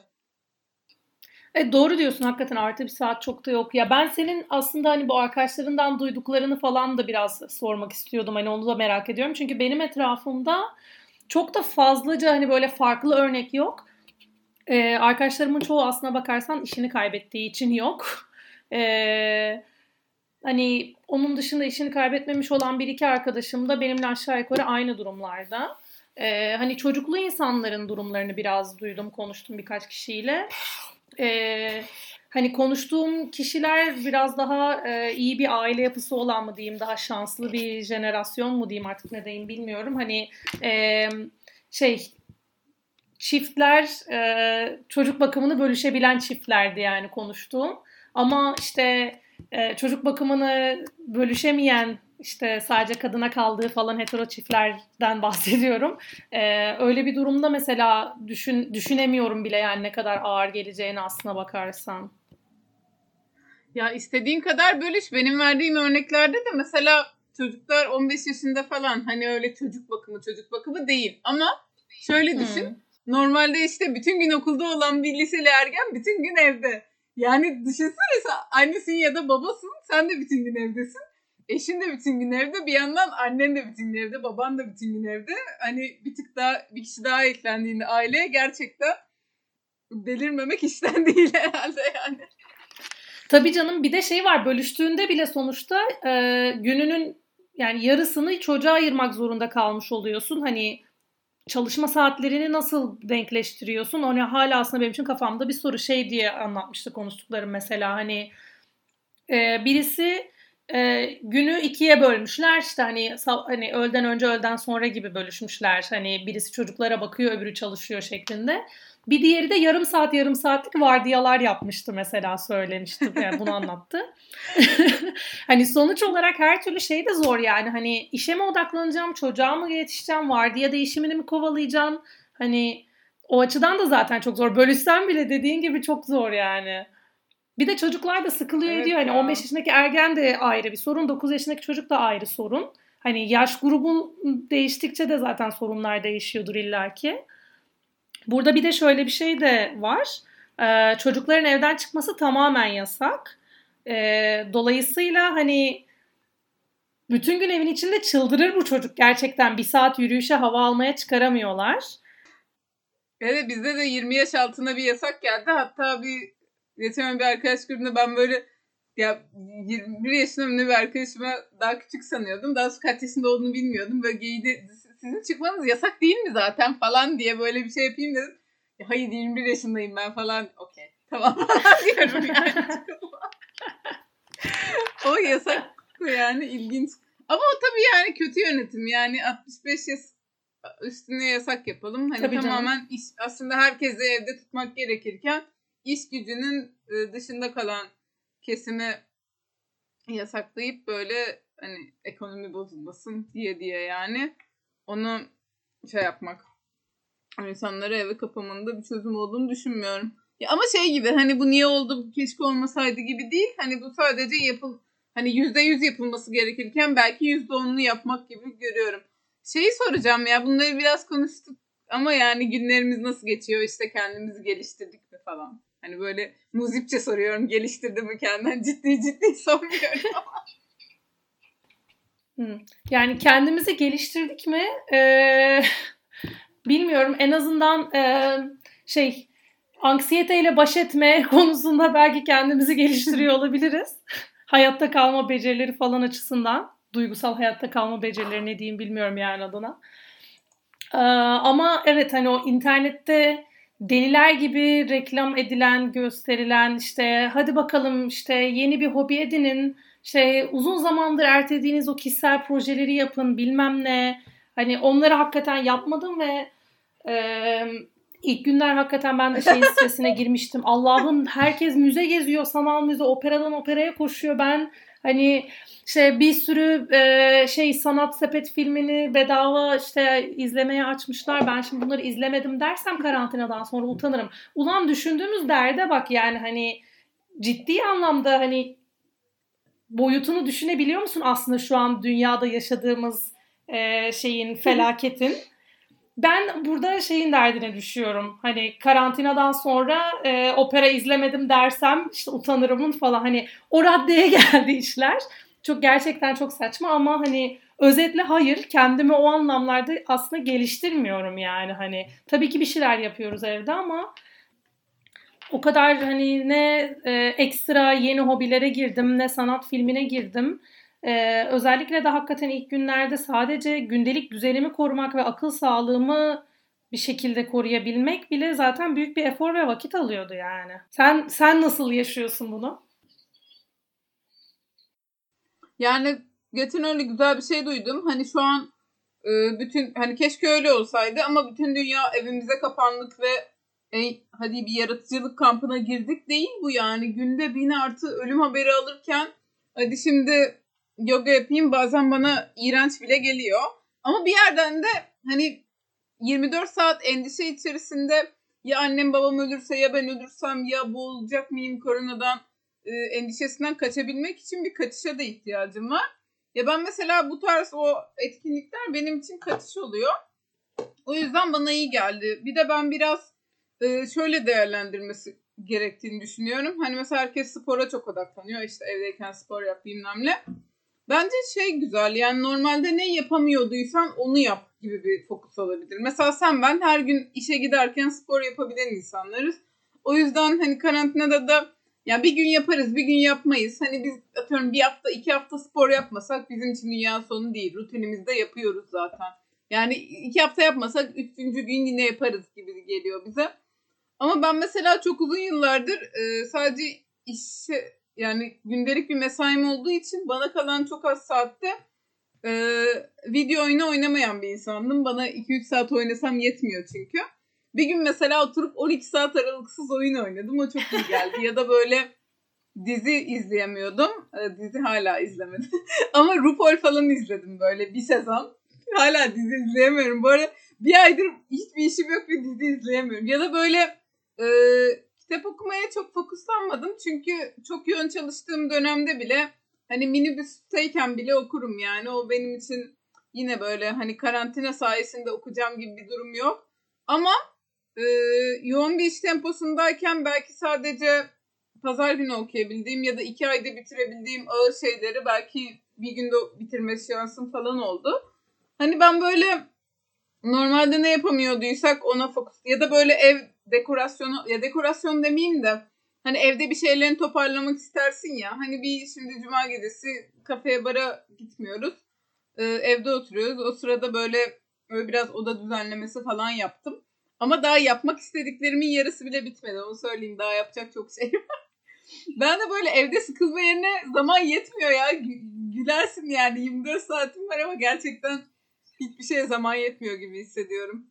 E, doğru diyorsun, hakikaten artı bir saat çok da yok. Ya ben senin aslında hani bu arkadaşlarından duyduklarını falan da biraz sormak istiyordum. Hani onu da merak ediyorum. Çünkü benim etrafımda çok da fazlaca hani böyle farklı örnek yok. Ee, arkadaşlarımın çoğu aslına bakarsan işini kaybettiği için yok. Ee, Hani onun dışında işini kaybetmemiş olan bir iki arkadaşım da benimle aşağı yukarı aynı durumlarda. Ee, hani çocuklu insanların durumlarını biraz duydum, konuştum birkaç kişiyle. Ee, Hani konuştuğum kişiler biraz daha e, iyi bir aile yapısı olan mı diyeyim, daha şanslı bir jenerasyon mu diyeyim, artık ne diyeyim bilmiyorum. Hani e, şey çiftler e, çocuk bakımını bölüşebilen çiftlerdi yani konuştuğum. Ama işte e, çocuk bakımını bölüşemeyen, işte sadece kadına kaldığı falan hetero çiftlerden bahsediyorum. E, öyle bir durumda mesela düşün, düşünemiyorum bile yani ne kadar ağır geleceğini aslına bakarsan. Ya istediğin kadar bölüş. Benim verdiğim örneklerde de mesela çocuklar on beş yaşında falan, hani öyle çocuk bakımı çocuk bakımı değil. Ama şöyle düşün. Hmm. Normalde işte bütün gün okulda olan bir liseli ergen bütün gün evde. Yani düşünsene, sen annesin ya da babasın, sen de bütün gün evdesin. Eşin de bütün gün evde. Bir yandan annen de bütün gün evde. Baban da bütün gün evde. Hani bir tık daha bir kişi daha eklendiğinde aileye gerçekten delirmemek işten değil herhalde yani. Tabii canım, bir de şey var, bölüştüğünde bile sonuçta e, gününün yani yarısını çocuğa ayırmak zorunda kalmış oluyorsun. Hani çalışma saatlerini nasıl denkleştiriyorsun? O ne hala aslında benim için kafamda bir soru. Şey diye anlatmıştı konuştuklarım mesela, hani e, birisi e, günü ikiye bölmüşler, işte hani hani öğleden önce öğleden sonra gibi bölüşmüşler. Hani birisi çocuklara bakıyor, öbürü çalışıyor şeklinde. Bir diğeri de yarım saat yarım saatlik vardiyalar yapmıştı mesela, söylemişti. Yani bunu anlattı. Hani sonuç olarak her türlü şey de zor yani. Hani işe mi odaklanacağım, çocuğa mı yetişeceğim, vardiya değişimini mi kovalayacağım? Hani o açıdan da zaten çok zor. Bölüşsem bile dediğin gibi çok zor yani. Bir de çocuklar da sıkılıyor ediyor. Evet Hani on beş ya. yaşındaki ergen de ayrı bir sorun, dokuz yaşındaki çocuk da ayrı sorun. Hani yaş grubun değiştikçe de zaten sorunlar değişiyordur illaki. Burada bir de şöyle bir şey de var. Ee, çocukların evden çıkması tamamen yasak. Ee, dolayısıyla hani bütün gün evin içinde çıldırır bu çocuk. Gerçekten bir saat yürüyüşe, hava almaya çıkaramıyorlar. Evet, bizde de yirmi yaş altına bir yasak geldi. Hatta bir geçen bir arkadaş grubunda ben böyle ya yirmi bir yaşında mı ne bir arkadaşıma daha küçük sanıyordum. Daha sonra kaç yaşında olduğunu bilmiyordum. Böyle giydi, sizin çıkmanız yasak değil mi zaten falan diye böyle bir şey yapayım dedim. Hayır yirmi bir yaşındayım ben falan. Okey. Tamam falan diyorum yani. O yasak yani ilginç. Ama o tabii yani kötü yönetim. Yani altmış beş yaş üstüne yasak yapalım. Hani Tabii canım. tamamen iş, aslında herkesi evde tutmak gerekirken iş gücünün dışında kalan kesimi yasaklayıp böyle hani ekonomi bozulmasın diye diye yani onu şey yapmak. İnsanları eve kapamanın da bir çözüm olduğunu düşünmüyorum. Ya ama şey gibi hani bu niye oldu, bu keşke olmasaydı gibi değil. Hani bu sadece yapıl hani yüzde yüz yapılması gerekirken belki yüzde onunu yapmak gibi görüyorum. Şeyi soracağım ya, bunları biraz konuştuk ama yani günlerimiz nasıl geçiyor, işte kendimizi geliştirdik mi falan. Hani böyle muzipçe soruyorum, geliştirdim mi kendini, ciddi ciddi sormuyorum ama. Yani kendimizi geliştirdik mi? Ee, bilmiyorum. En azından e, şey anksiyeteyle baş etme konusunda belki kendimizi geliştiriyor olabiliriz. Hayatta kalma becerileri falan açısından. Duygusal hayatta kalma becerileri ne diyeyim bilmiyorum yani adına. Ee, ama evet hani o internette deliler gibi reklam edilen, gösterilen işte hadi bakalım işte yeni bir hobi edinin, şey uzun zamandır ertelediğiniz o kişisel projeleri yapın bilmem ne. Hani onları hakikaten yapmadım ve e, ilk günler hakikaten ben de şeyin stresine girmiştim. Allah'ım herkes müze geziyor, sanal müze, operadan operaya koşuyor. Ben hani işte bir sürü e, şey sanat sepet filmini bedava işte izlemeye açmışlar. Ben şimdi bunları izlemedim dersem karantinadan sonra utanırım. Ulan düşündüğümüz derde bak yani hani ciddi anlamda hani boyutunu düşünebiliyor musun aslında şu an dünyada yaşadığımız e, şeyin, felaketin? Ben burada şeyin derdine düşüyorum. Hani karantinadan sonra e, opera izlemedim dersem işte utanırımın falan. Hani o raddeye geldi işler. Çok gerçekten çok saçma ama hani özetle hayır, kendimi o anlamlarda aslında geliştirmiyorum yani. Hani tabii ki bir şeyler yapıyoruz evde ama o kadar hani ne e, ekstra yeni hobilere girdim ne sanat filmine girdim. Ee, özellikle de hakikaten ilk günlerde sadece gündelik düzenimi korumak ve akıl sağlığımı bir şekilde koruyabilmek bile zaten büyük bir efor ve vakit alıyordu yani. Sen sen nasıl yaşıyorsun bunu? Yani geçen öyle güzel bir şey duydum. Hani şu an e, bütün hani keşke öyle olsaydı ama bütün dünya evimize kapandık ve e, hadi bir yaratıcılık kampına girdik değil bu yani. Günde bin artı ölüm haberi alırken hadi şimdi yoga yapayım bazen bana iğrenç bile geliyor. Ama bir yerden de hani yirmi dört saat endişe içerisinde ya annem babam ölürse ya ben ölürsem ya boğulacak mıyım koronadan e, endişesinden kaçabilmek için bir kaçışa da ihtiyacım var. Ya ben mesela bu tarz o etkinlikler benim için kaçış oluyor. O yüzden bana iyi geldi. Bir de ben biraz e, şöyle değerlendirmesi gerektiğini düşünüyorum. Hani mesela herkes spora çok odaklanıyor. İşte evdeyken spor yap bilmem ne. Bence şey güzel yani normalde ne yapamıyorduysan onu yap gibi bir fokus olabilir. Mesela sen ben her gün işe giderken spor yapabilen insanlarız. O yüzden hani karantinada da ya bir gün yaparız bir gün yapmayız. Hani biz atıyorum bir hafta iki hafta spor yapmasak bizim için dünya sonu değil. Rutinimizde yapıyoruz zaten. Yani iki hafta yapmasak üçüncü gün yine yaparız gibi geliyor bize. Ama ben mesela çok uzun yıllardır e, sadece işe yani gündelik bir mesaim olduğu için bana kalan çok az saatte e, video oyunu oynamayan bir insandım. Bana iki üç saat oynasam yetmiyor çünkü. Bir gün mesela oturup on iki saat aralıksız oyun oynadım. O çok iyi geldi. Ya da böyle dizi izleyemiyordum. E, dizi hala izlemedim. Ama RuPaul falan izledim böyle bir sezon. Hala dizi izleyemiyorum. Bu arada bir aydır hiçbir işim yok ve dizi izleyemiyorum. Ya da böyle e, kitap okumaya çok fokuslanmadım. Çünkü çok yoğun çalıştığım dönemde bile hani minibüsteyken bile okurum yani. O benim için yine böyle hani karantina sayesinde okuyacağım gibi bir durum yok. Ama e, yoğun bir iş temposundayken belki sadece pazar günü okuyabildiğim ya da iki ayda bitirebildiğim ağır şeyleri belki bir günde bitirme şansım falan oldu. Hani ben böyle normalde ne yapamıyorduysak ona fokus ya da böyle ev dekorasyonu ya dekorasyon demeyeyim de hani evde bir şeylerini toparlamak istersin ya hani bir şimdi cuma gecesi kafeye bara gitmiyoruz. Ee, evde oturuyoruz. O sırada böyle, böyle biraz oda düzenlemesi falan yaptım. Ama daha yapmak istediklerimin yarısı bile bitmedi. Onu söyleyeyim. Daha yapacak çok şey var. Ben de böyle evde sıkılma yerine zaman yetmiyor ya. Gülersin yani. yirmi dört saatim var ama gerçekten hiçbir şeye zaman yetmiyor gibi hissediyorum.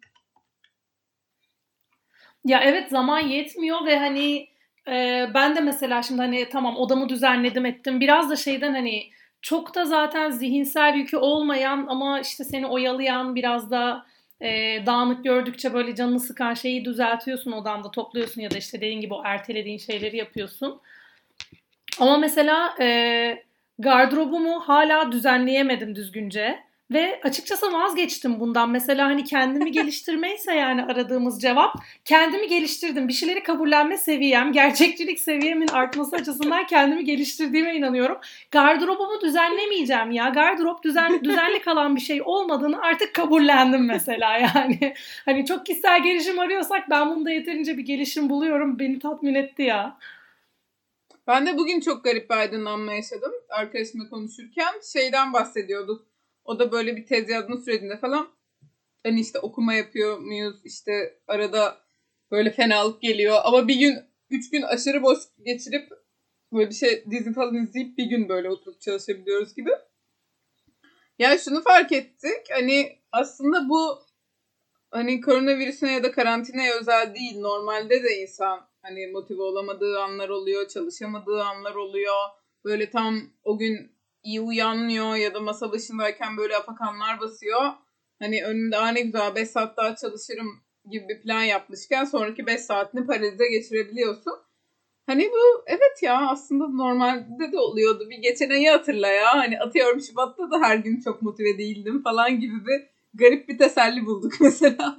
Ya evet, zaman yetmiyor ve hani e, ben de mesela şimdi hani tamam odamı düzenledim ettim. Biraz da şeyden hani çok da zaten zihinsel yükü olmayan ama işte seni oyalayan biraz da e, dağınık gördükçe böyle canını sıkan şeyi düzeltiyorsun, odanda topluyorsun ya da işte dediğin gibi o ertelediğin şeyleri yapıyorsun. Ama mesela e, gardırobumu hala düzenleyemedim düzgünce. Ve açıkçası vazgeçtim bundan. Mesela hani kendimi geliştirmeyse yani aradığımız cevap, kendimi geliştirdim. Bir şeyleri kabullenme seviyem, gerçekçilik seviyemin artması açısından kendimi geliştirdiğime inanıyorum. Gardırobumu düzenlemeyeceğim ya. Gardırop düzen, düzenli kalan bir şey olmadığını artık kabullendim mesela yani. Hani çok kişisel gelişim arıyorsak ben bunda yeterince bir gelişim buluyorum. Beni tatmin etti ya. Ben de bugün çok garip bir aydınlanma yaşadım. Arkadaşımla konuşurken şeyden bahsediyorduk. O da böyle bir tez yazma sürecinde falan. Hani işte okuma yapıyor muyuz? İşte arada böyle fenalık geliyor. Ama bir gün, üç gün aşırı boş geçirip böyle bir şey dizi falan izleyip bir gün böyle oturup çalışabiliyoruz gibi. Ya şunu fark ettik. Hani aslında bu hani koronavirüsüne ya da karantinaya özel değil. Normalde de insan hani motive olamadığı anlar oluyor, çalışamadığı anlar oluyor. Böyle tam o gün iyi uyanmıyor ya da masa başındayken böyle afakanlar basıyor. Hani önümde "Aa, ne güzel beş saat daha çalışırım" gibi bir plan yapmışken sonraki beş saatini paralize geçirebiliyorsun. Hani bu evet ya aslında normalde de oluyordu. Bir geçen ayı hatırla ya. Hani atıyorum Şubat'ta da her gün çok motive değildim falan gibi bir garip bir teselli bulduk mesela.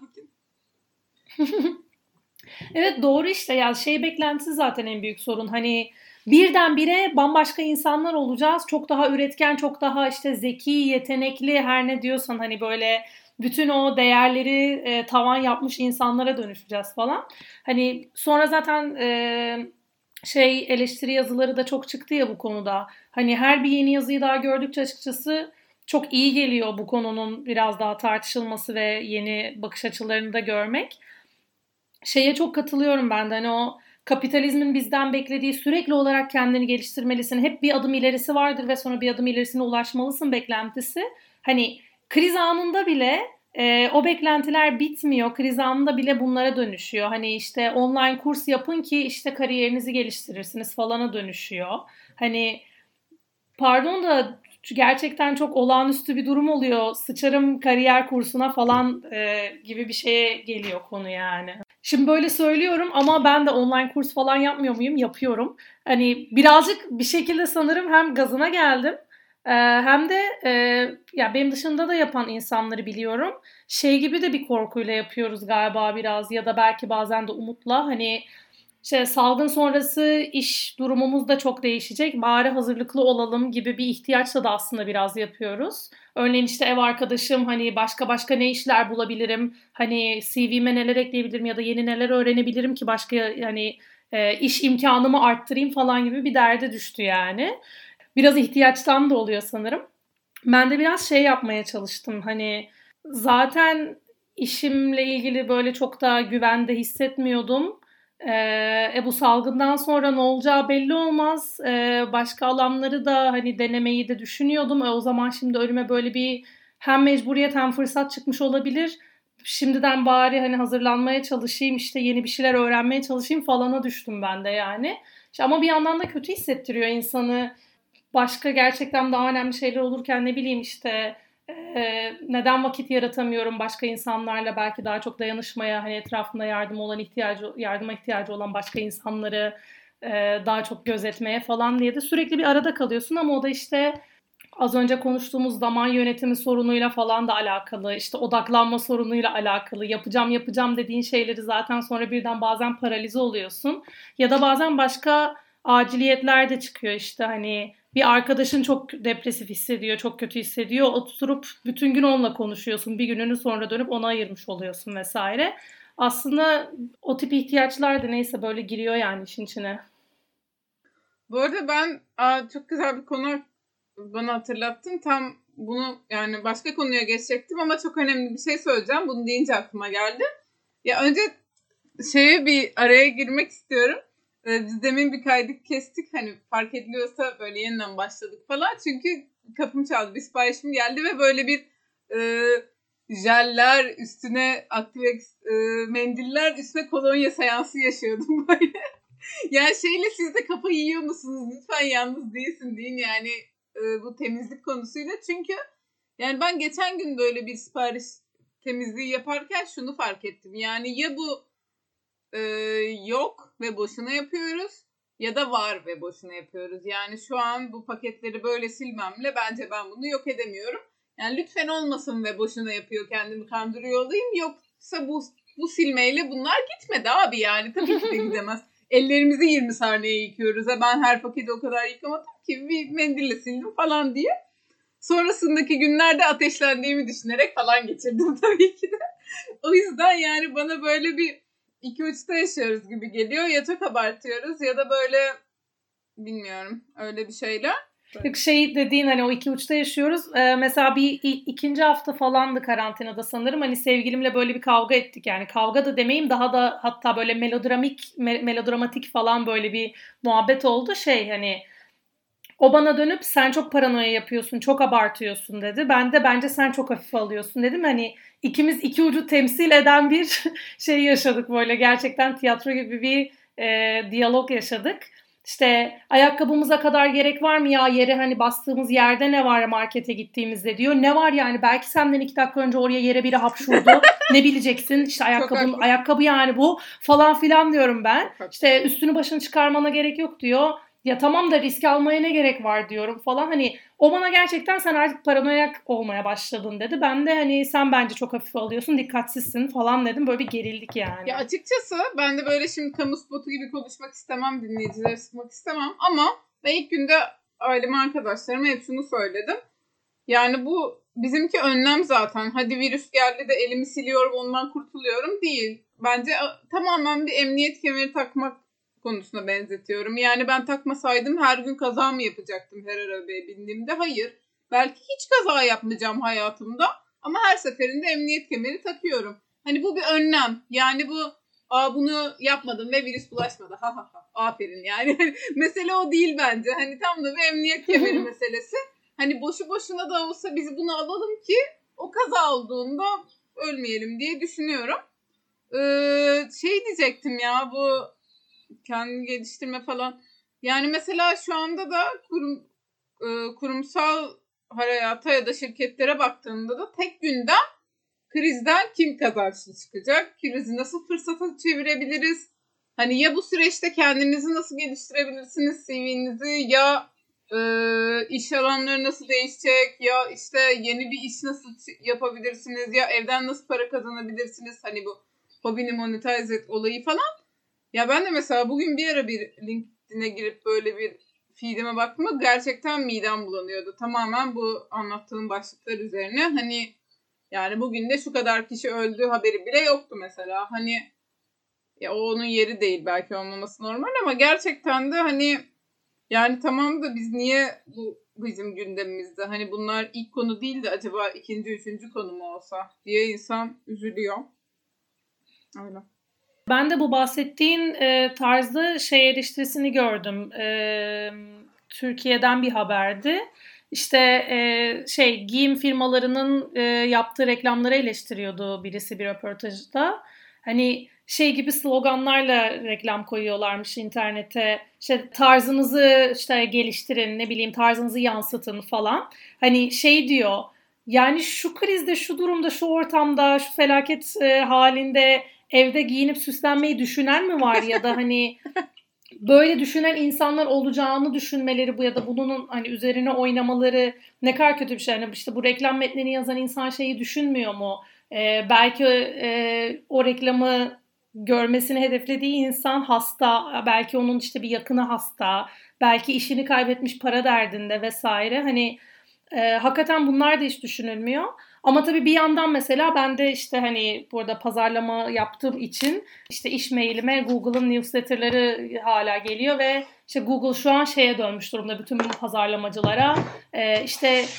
Evet doğru işte ya, şey beklentisi zaten en büyük sorun. Hani birdenbire bambaşka insanlar olacağız. Çok daha üretken, çok daha işte zeki, yetenekli, her ne diyorsan hani böyle bütün o değerleri e, tavan yapmış insanlara dönüşeceğiz falan. Hani sonra zaten e, şey eleştiri yazıları da çok çıktı ya bu konuda. Hani her bir yeni yazıyı daha gördükçe açıkçası çok iyi geliyor bu konunun biraz daha tartışılması ve yeni bakış açılarını da görmek. Şeye çok katılıyorum ben de, hani o kapitalizmin bizden beklediği sürekli olarak kendini geliştirmelisin. Hep bir adım ilerisi vardır ve sonra bir adım ilerisine ulaşmalısın beklentisi. Hani kriz anında bile e, o beklentiler bitmiyor. Kriz anında bile bunlara dönüşüyor. Hani işte online kurs yapın ki işte kariyerinizi geliştirirsiniz falana dönüşüyor. Hani pardon da gerçekten çok olağanüstü bir durum oluyor. Sıçarım kariyer kursuna falan e, gibi bir şeye geliyor konu yani. Şimdi böyle söylüyorum ama ben de online kurs falan yapmıyor muyum? Yapıyorum. Hani birazcık bir şekilde sanırım hem gazına geldim e, hem de e, ya benim dışında da yapan insanları biliyorum. Şey gibi de bir korkuyla yapıyoruz galiba biraz ya da belki bazen de umutla. Hani işte salgın sonrası iş durumumuz da çok değişecek. Bari hazırlıklı olalım gibi bir ihtiyaçla da aslında biraz yapıyoruz. Örneğin işte ev arkadaşım hani başka başka ne işler bulabilirim? Hani C V'me neler ekleyebilirim ya da yeni neler öğrenebilirim ki başka yani e, iş imkanımı arttırayım falan gibi bir derde düştü yani. Biraz ihtiyaçtan da oluyor sanırım. Ben de biraz şey yapmaya çalıştım. Hani zaten işimle ilgili böyle çok da güvende hissetmiyordum. Ee, e, bu salgından sonra ne olacağı belli olmaz. Ee, başka alanları da hani denemeyi de düşünüyordum. E, o zaman şimdi önüme böyle bir hem mecburiyet hem fırsat çıkmış olabilir. Şimdiden bari hani hazırlanmaya çalışayım, işte yeni bir şeyler öğrenmeye çalışayım falana düştüm ben de yani. İşte ama bir yandan da kötü hissettiriyor insanı. Başka gerçekten daha önemli şeyler olurken ne bileyim işte e, neden vakit yaratamıyorum başka insanlarla, belki daha çok dayanışmaya, hani etrafında yardım olan ihtiyacı yardıma ihtiyacı olan başka insanları e, daha çok gözetmeye falan diye de sürekli bir arada kalıyorsun ama o da işte az önce konuştuğumuz zaman yönetimi sorunuyla falan da alakalı, işte odaklanma sorunuyla alakalı. Yapacağım yapacağım dediğin şeyleri zaten sonra birden bazen paralize oluyorsun. Ya da bazen başka aciliyetler de çıkıyor, işte hani bir arkadaşın çok depresif hissediyor, çok kötü hissediyor. Oturup bütün gün onunla konuşuyorsun. Bir gününü sonra dönüp ona ayırmış oluyorsun vesaire. Aslında o tip ihtiyaçlar da neyse böyle giriyor yani işin içine. Bu arada ben aa, çok güzel bir konu bana hatırlattın. Tam bunu yani başka konuya geçecektim ama çok önemli bir şey söyleyeceğim. Bunu deyince aklıma geldi. Ya önce şeye bir araya girmek istiyorum. Ee, biz demin bir kaydık kestik. Hani fark ediliyorsa böyle yeniden başladık falan. Çünkü kapım çaldı. Bir siparişim geldi ve böyle bir e, jeller üstüne Activex e, mendiller üstüne kolonya seansı yaşıyordum böyle. Yani şeyle siz de kafa yiyor musunuz? Lütfen yalnız değilsin deyin yani e, bu temizlik konusuyla. Çünkü yani ben geçen gün böyle bir sipariş temizliği yaparken şunu fark ettim. Yani ya bu e, yok ve boşuna yapıyoruz ya da var ve boşuna yapıyoruz. Yani şu an bu paketleri böyle silmemle bence ben bunu yok edemiyorum. Yani lütfen olmasın ve boşuna yapıyor kendimi kandırıyor olayım. Yoksa bu, bu silmeyle bunlar gitmedi abi yani. Tabii ki de gidemez. Ellerimizi yirmi saniye yıkıyoruz. Ha, ben her paketi o kadar yıkamadım ki bir mendille sildim falan diye. Sonrasındaki günlerde ateşlendiğimi düşünerek falan geçirdim tabii ki de. O yüzden yani bana böyle bir iki uçta yaşıyoruz gibi geliyor. Ya çok abartıyoruz ya da böyle bilmiyorum öyle bir şeyler. Yok şey dediğin hani o iki uçta yaşıyoruz. Ee, mesela bir ikinci hafta falandı karantinada sanırım. Hani sevgilimle böyle bir kavga ettik. Yani kavga da demeyeyim daha da hatta böyle melodramik me- melodramatik falan böyle bir muhabbet oldu. Şey hani o bana dönüp sen çok paranoya yapıyorsun, çok abartıyorsun dedi. Ben de bence sen çok hafife alıyorsun dedim. Hani ikimiz iki ucu temsil eden bir şey yaşadık böyle. Gerçekten tiyatro gibi bir e, diyalog yaşadık. İşte ayakkabımıza kadar gerek var mı ya yere hani bastığımız yerde ne var markete gittiğimizde diyor. Ne var yani belki senden iki dakika önce oraya yere biri hapşurdu. Ne bileceksin işte ayakkabın ayakkabı yani bu falan filan diyorum ben. İşte üstünü başını çıkarmana gerek yok diyor. Ya tamam da risk almaya ne gerek var diyorum falan. Hani o bana gerçekten sen artık paranoyak olmaya başladın dedi. Ben de hani sen bence çok hafife alıyorsun, dikkatsizsin falan dedim. Böyle bir gerildik yani. Ya açıkçası ben de böyle şimdi kamu spotu gibi konuşmak istemem, dinleyicileri sıkmak istemem. Ama ben ilk günde aileme, arkadaşlarıma hep şunu söyledim. Yani bu bizimki önlem zaten. Hadi virüs geldi de elimi siliyorum ondan kurtuluyorum değil. Bence tamamen bir emniyet kemeri takmak konusuna benzetiyorum. Yani ben takmasaydım her gün kaza mı yapacaktım her arabaya bindiğimde? Hayır. Belki hiç kaza yapmayacağım hayatımda. Ama her seferinde emniyet kemeri takıyorum. Hani bu bir önlem. Yani bu aa bunu yapmadım ve virüs bulaşmadı. Ha ha ha. Aferin yani. Mesele o değil bence. Hani tam da bir emniyet kemeri meselesi. Hani boşu boşuna da olsa biz bunu alalım ki o kaza olduğunda ölmeyelim diye düşünüyorum. Ee, şey diyecektim ya bu kendini geliştirme falan. Yani mesela şu anda da kurum, e, kurumsal hayata ya da şirketlere baktığında da tek günden krizden kim kazançlı çıkacak? Krizi nasıl fırsata çevirebiliriz? Hani ya bu süreçte kendinizi nasıl geliştirebilirsiniz C V'nizi ya e, iş alanları nasıl değişecek ya işte yeni bir iş nasıl yapabilirsiniz ya evden nasıl para kazanabilirsiniz? Hani bu hobini monetize et olayı falan. Ya ben de mesela bugün bir ara bir LinkedIn'e girip böyle bir feed'ime baktığımda gerçekten midem bulanıyordu. Tamamen bu anlattığım başlıklar üzerine. Hani yani bugün de şu kadar kişi öldü haberi bile yoktu mesela. Hani ya o onun yeri değil belki olmaması normal ama gerçekten de hani yani tamam da biz niye bu bizim gündemimizde hani bunlar ilk konu değil de acaba ikinci, üçüncü konu mu olsa diye insan üzülüyor. Öyle. Ben de bu bahsettiğin e, tarzda şey eleştirisini gördüm. E, Türkiye'den bir haberdi. İşte e, şey giyim firmalarının e, yaptığı reklamları eleştiriyordu birisi bir röportajda. Hani şey gibi sloganlarla reklam koyuyorlarmış internete. İşte tarzınızı işte geliştirin, ne bileyim tarzınızı yansıtın falan. Hani şey diyor. Yani şu krizde, şu durumda, şu ortamda, şu felaket e, halinde evde giyinip süslenmeyi düşünen mi var ya da hani böyle düşünen insanlar olacağını düşünmeleri bu ya da bunun hani üzerine oynamaları ne kadar kötü bir şey. Yani işte bu reklam metnini yazan insan şeyi düşünmüyor mu? Ee, belki e, o reklamı görmesini hedeflediği insan hasta, belki onun işte bir yakını hasta, belki işini kaybetmiş para derdinde vesaire. Hani e, hakikaten bunlar da hiç düşünülmüyor. Ama tabii bir yandan mesela ben de işte hani burada pazarlama yaptığım için işte iş mailime Google'ın newsletterları hala geliyor ve işte Google şu an şeye dönmüş durumda bütün pazarlamacılara. Ee, işte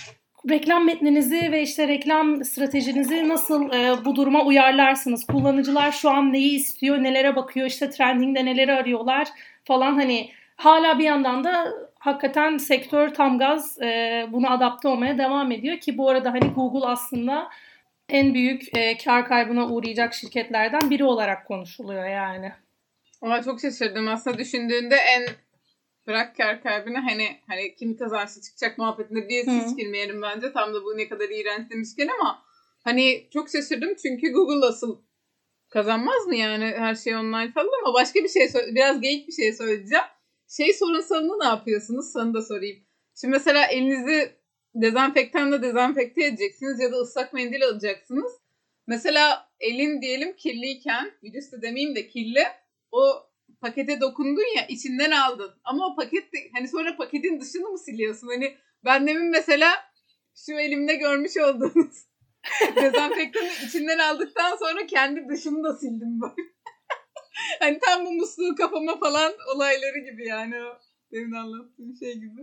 reklam metninizi ve işte reklam stratejinizi nasıl e, bu duruma uyarlarsınız? Kullanıcılar şu an neyi istiyor, nelere bakıyor, işte trending'de neleri arıyorlar falan, hani hala bir yandan da hakikaten sektör tam gaz e, buna adapte olmaya devam ediyor ki bu arada hani Google aslında en büyük e, kar kaybına uğrayacak şirketlerden biri olarak konuşuluyor yani. Ama çok şaşırdım aslında düşündüğünde, en bırak kar kaybını, hani hani kim kazançlı çıkacak muhabbetinde bir hiç girmeyelim bence, tam da bu ne kadar iğrenç demişken, ama hani çok şaşırdım çünkü Google asıl kazanmaz mı yani, her şey online falan. Ama başka bir şey, biraz geyik bir şey söyleyeceğim. Şey sorunsalını ne yapıyorsunuz? Sana da sorayım. Şimdi mesela elinizi dezenfektanla dezenfekte edeceksiniz ya da ıslak mendil alacaksınız. Mesela elin diyelim kirliyken, virüsü demeyeyim de kirli, o pakete dokundun ya, içinden aldın. Ama o paket de, hani sonra paketin dışını mı siliyorsun? Hani ben demin mesela şu elimde görmüş olduğunuz dezenfektanı içinden aldıktan sonra kendi dışını da sildim böyle. Hani tam bu musluğu kafama falan olayları gibi yani, o demin anlattığım şey gibi.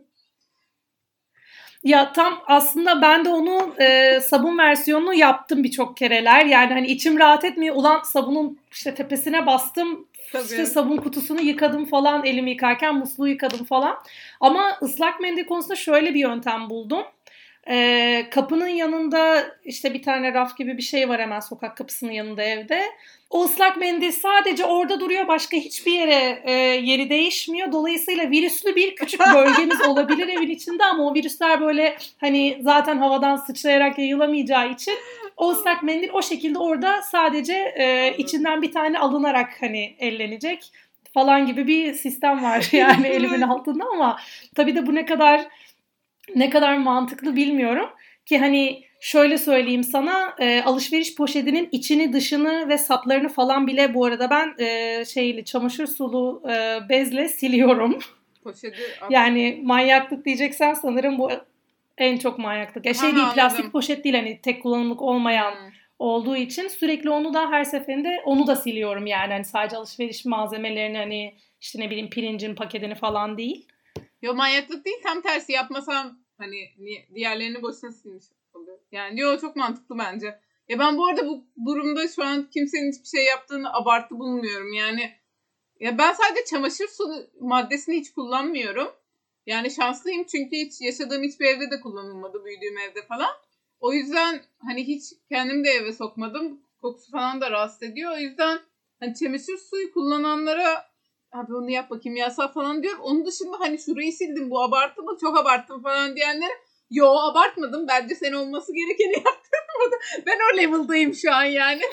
Ya tam aslında ben de onu e, sabun versiyonunu yaptım birçok kereler. Yani hani içim rahat etmiyor. Ulan sabunun işte tepesine bastım. Tabii. İşte sabun kutusunu yıkadım falan, elimi yıkarken musluğu yıkadım falan. Ama ıslak mendil konusunda şöyle bir yöntem buldum. E, kapının yanında işte bir tane raf gibi bir şey var hemen sokak kapısının yanında evde. O ıslak mendil sadece orada duruyor. Başka hiçbir yere e, yeri değişmiyor. Dolayısıyla virüslü bir küçük bölgemiz olabilir evin içinde ama o virüsler böyle hani zaten havadan sıçrayarak yayılamayacağı için o ıslak mendil o şekilde orada sadece e, içinden bir tane alınarak hani ellenecek falan gibi bir sistem var yani elimin altında. Ama tabii de bu ne kadar ne kadar mantıklı bilmiyorum ki hani şöyle söyleyeyim sana, e, alışveriş poşetinin içini dışını ve saplarını falan bile bu arada ben e, şeyli çamaşır sulu e, bezle siliyorum. Poşeti yani manyaklık diyeceksen sanırım bu en çok manyaklık. Ya şey Aha, değil, anladım. Plastik poşet değil, hani tek kullanımlık olmayan hmm. olduğu için sürekli onu da her seferinde onu da siliyorum yani. Hani sadece alışveriş malzemelerini, hani işte ne bileyim pirincin paketini falan değil. Yo, manyaklık değil, tam tersi, yapmasam hani diğerlerini boşuna silmiş oluyor. Yani yo, çok mantıklı bence. Ya ben bu arada bu durumda şu an kimsenin hiçbir şey yaptığını abartı bulmuyorum. Yani ya ben sadece çamaşır suyu maddesini hiç kullanmıyorum. Yani şanslıyım çünkü hiç yaşadığım hiçbir evde de kullanılmadı, büyüdüğüm evde falan. O yüzden hani hiç kendim de eve sokmadım. Kokusu falan da rahatsız ediyor. O yüzden hani çamaşır suyu kullananlara abi onu yapma kimyasal falan diyorum. Onun dışında hani şurayı sildim, bu abartı mı, çok abarttım falan diyenlere yo abartmadım. Bence sen olması gerekeni yaptın. Ben o level'dayım şu an yani.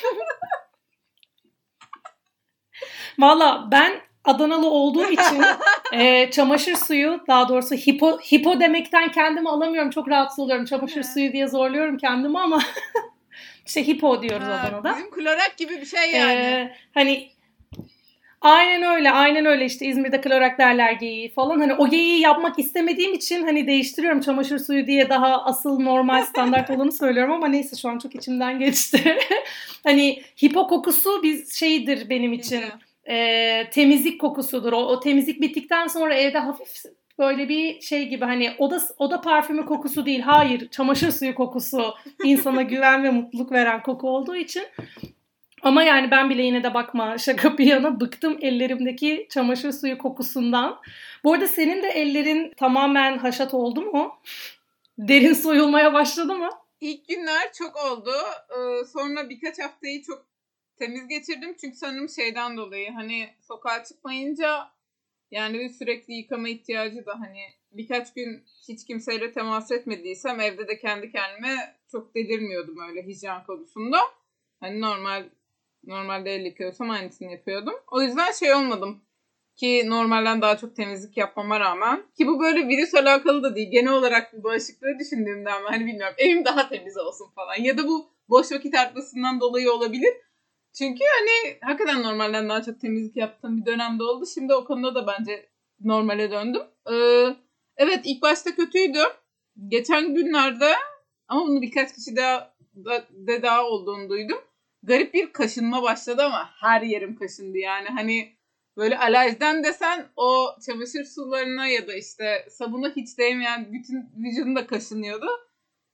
Valla ben Adanalı olduğum için e, çamaşır suyu, daha doğrusu hipo, hipo demekten kendimi alamıyorum. Çok rahatsız oluyorum. Çamaşır suyu diye zorluyorum kendimi ama işte hipo diyoruz ha, Adana'da. Bizim klorak gibi bir şey yani. Ee, hani aynen öyle, aynen öyle işte İzmir'de klorak derler geyiği falan. Hani o geyiği yapmak istemediğim için hani değiştiriyorum çamaşır suyu diye, daha asıl normal standart olanı söylüyorum ama neyse şu an çok içimden geçti. Hani hipo kokusu bir şeydir benim için. E, temizlik kokusudur. O, o temizlik bittikten sonra evde hafif böyle bir şey gibi, hani oda oda parfümü kokusu değil. Hayır, çamaşır suyu kokusu. İnsana güven ve mutluluk veren koku olduğu için. Ama yani ben bile yine de bakma şaka bir yana bıktım ellerimdeki çamaşır suyu kokusundan. Bu arada senin de ellerin tamamen haşat oldu mu? Derin soyulmaya başladı mı? İlk günler çok oldu. Ee, sonra birkaç haftayı çok temiz geçirdim. Çünkü sanırım şeyden dolayı hani sokağa çıkmayınca yani bir sürekli yıkama ihtiyacı da, hani birkaç gün hiç kimseyle temas etmediysem evde de kendi kendime çok delirmiyordum öyle hijyen konusunda. Hani normal normalde el yıkıyorsam aynısını yapıyordum. O yüzden şey olmadım ki normalden daha çok temizlik yapmama rağmen, ki bu böyle virüs alakalı da değil, genel olarak bu bağışıklığı düşündüğümden ben hani bilmiyorum, evim daha temiz olsun falan ya da bu boş vakit artmasından dolayı olabilir. Çünkü hani hakikaten normalden daha çok temizlik yaptığım bir dönemde oldu. Şimdi o konuda da bence normale döndüm. Ee, evet ilk başta kötüydü. Geçen günlerde ama bunu birkaç kişi daha da, de daha olduğunu duydum. Garip bir kaşınma başladı ama her yerim kaşındı yani. Hani böyle alerjiden desen o çamaşır sularına ya da işte sabuna hiç değmeyen bütün vücudum da kaşınıyordu.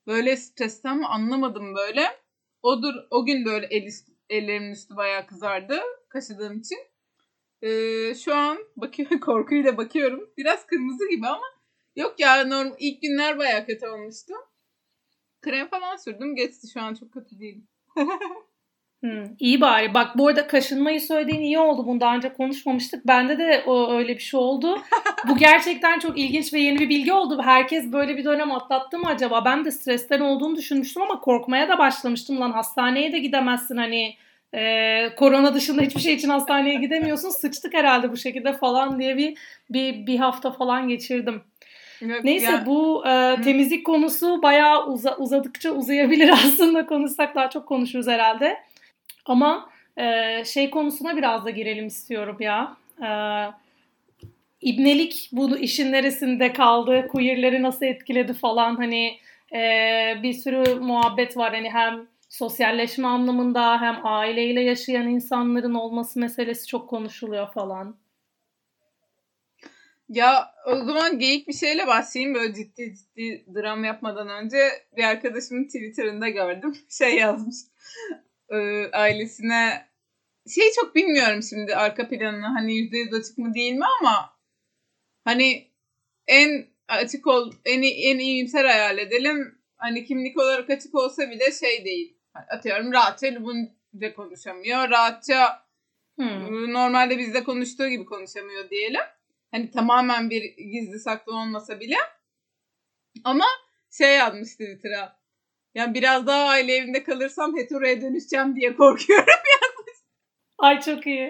Böyle stresten mi anlamadım böyle. Odur, o gün böyle el, ellerimin üstü bayağı kızardı kaşıdığım için. Ee, şu an bakıyorum, korkuyla bakıyorum. Biraz kırmızı gibi ama yok ya, normal, ilk günler bayağı kötü olmuştu. Krem falan sürdüm, geçti, şu an çok kötü değilim. Hmm, iyi bari. Bak bu arada kaşınmayı söylediğin iyi oldu. Bunu daha önce konuşmamıştık. Bende de o öyle bir şey oldu. Bu gerçekten çok ilginç ve yeni bir bilgi oldu. Herkes böyle bir dönem atlattı mı acaba? Ben de stresten olduğunu düşünmüştüm ama korkmaya da başlamıştım. Lan hastaneye de gidemezsin hani. E, korona dışında hiçbir şey için hastaneye gidemiyorsun. Sıçtık herhalde bu şekilde falan diye bir bir, bir hafta falan geçirdim. Yok, Neyse ya. bu e, temizlik konusu bayağı uza, uzadıkça uzayabilir aslında. Konuşsak daha çok konuşuruz herhalde. Ama e, şey konusuna biraz da girelim istiyorum ya. E, İbnelik bu işin neresinde kaldı? Queer'leri nasıl etkiledi falan. Hani e, bir sürü muhabbet var. Hani hem sosyalleşme anlamında hem aileyle yaşayan insanların olması meselesi çok konuşuluyor falan. Ya o zaman geyik bir şeyle başlayayım, böyle ciddi ciddi dram yapmadan önce. Bir arkadaşımın Twitter'ında gördüm. Şey yazmış. E, ailesine şey, çok bilmiyorum şimdi arka planını, hani yüzde yüz açık mı değil mi ama hani en açık ol, en, en iyimser hayal edelim. Hani kimlik olarak açık olsa bile şey değil. Atıyorum rahatça Lubunca konuşamıyor. Rahatça Hmm. normalde bizde konuştuğu gibi konuşamıyor diyelim. Hani tamamen bir gizli saklı olmasa bile. Ama şey yazmış Twitter'a. Yani biraz daha aile evinde kalırsam heteroya dönüşeceğim diye korkuyorum. Ay çok iyi.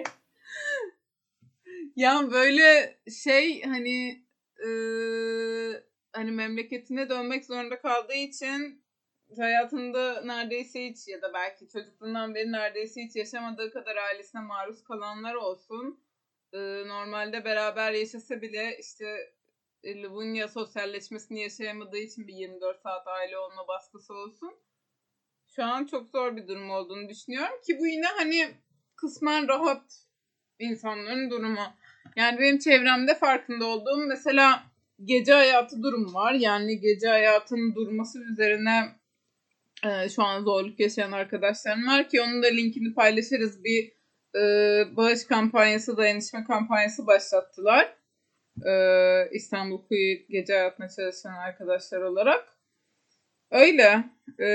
Ya böyle şey, hani e, hani memleketine dönmek zorunda kaldığı için hayatında neredeyse hiç, ya da belki çocukluğundan beri neredeyse hiç yaşamadığı kadar ailesine maruz kalanlar olsun. E, normalde beraber yaşasa bile işte e, Lubunya sosyalleşmesini yaşayamadığı için bir yirmi dört saat aile olma baskısı olsun. Şu an çok zor bir durum olduğunu düşünüyorum ki bu yine hani kısmen rahat insanların durumu. Yani benim çevremde farkında olduğum mesela gece hayatı durumu var. Yani gece hayatının durması üzerine e, şu an zorluk yaşayan arkadaşlarım var ki onun da linkini paylaşırız. Bir e, bağış kampanyası, dayanışma kampanyası başlattılar. E, İstanbul Queer gece hayatına çalışan arkadaşlar olarak. Öyle. E,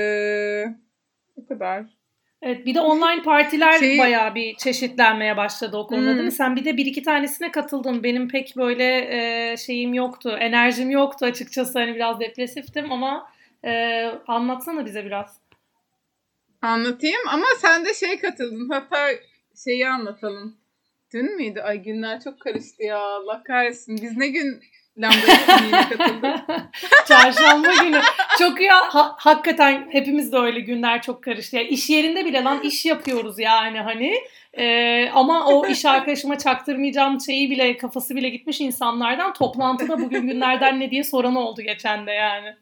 o kadar. Evet, bir de online partiler Şeyi bayağı bir çeşitlenmeye başladı o konuda değil mi? hmm, Sen bir de bir iki tanesine katıldın. Benim pek böyle e, şeyim yoktu, enerjim yoktu açıkçası. Hani biraz depresiftim ama e, anlatsana bize biraz. anlatayım ama sen de şey katıldın. Hatta şeyi anlatalım. Dün müydü? Ay, günler çok karıştı ya. Allah kahretsin. Biz ne gün lambda etkinliğine katıldık? Çarşamba günü. Çok ya ha- hakikaten hepimiz de öyle günler çok karıştı. Yani iş yerinde bile lan iş yapıyoruz yani hani. Ee, ama o iş arkadaşıma çaktırmayacağım şeyi bile kafası bile gitmiş insanlardan toplantıda bugün günlerden ne diye soran oldu geçen de yani.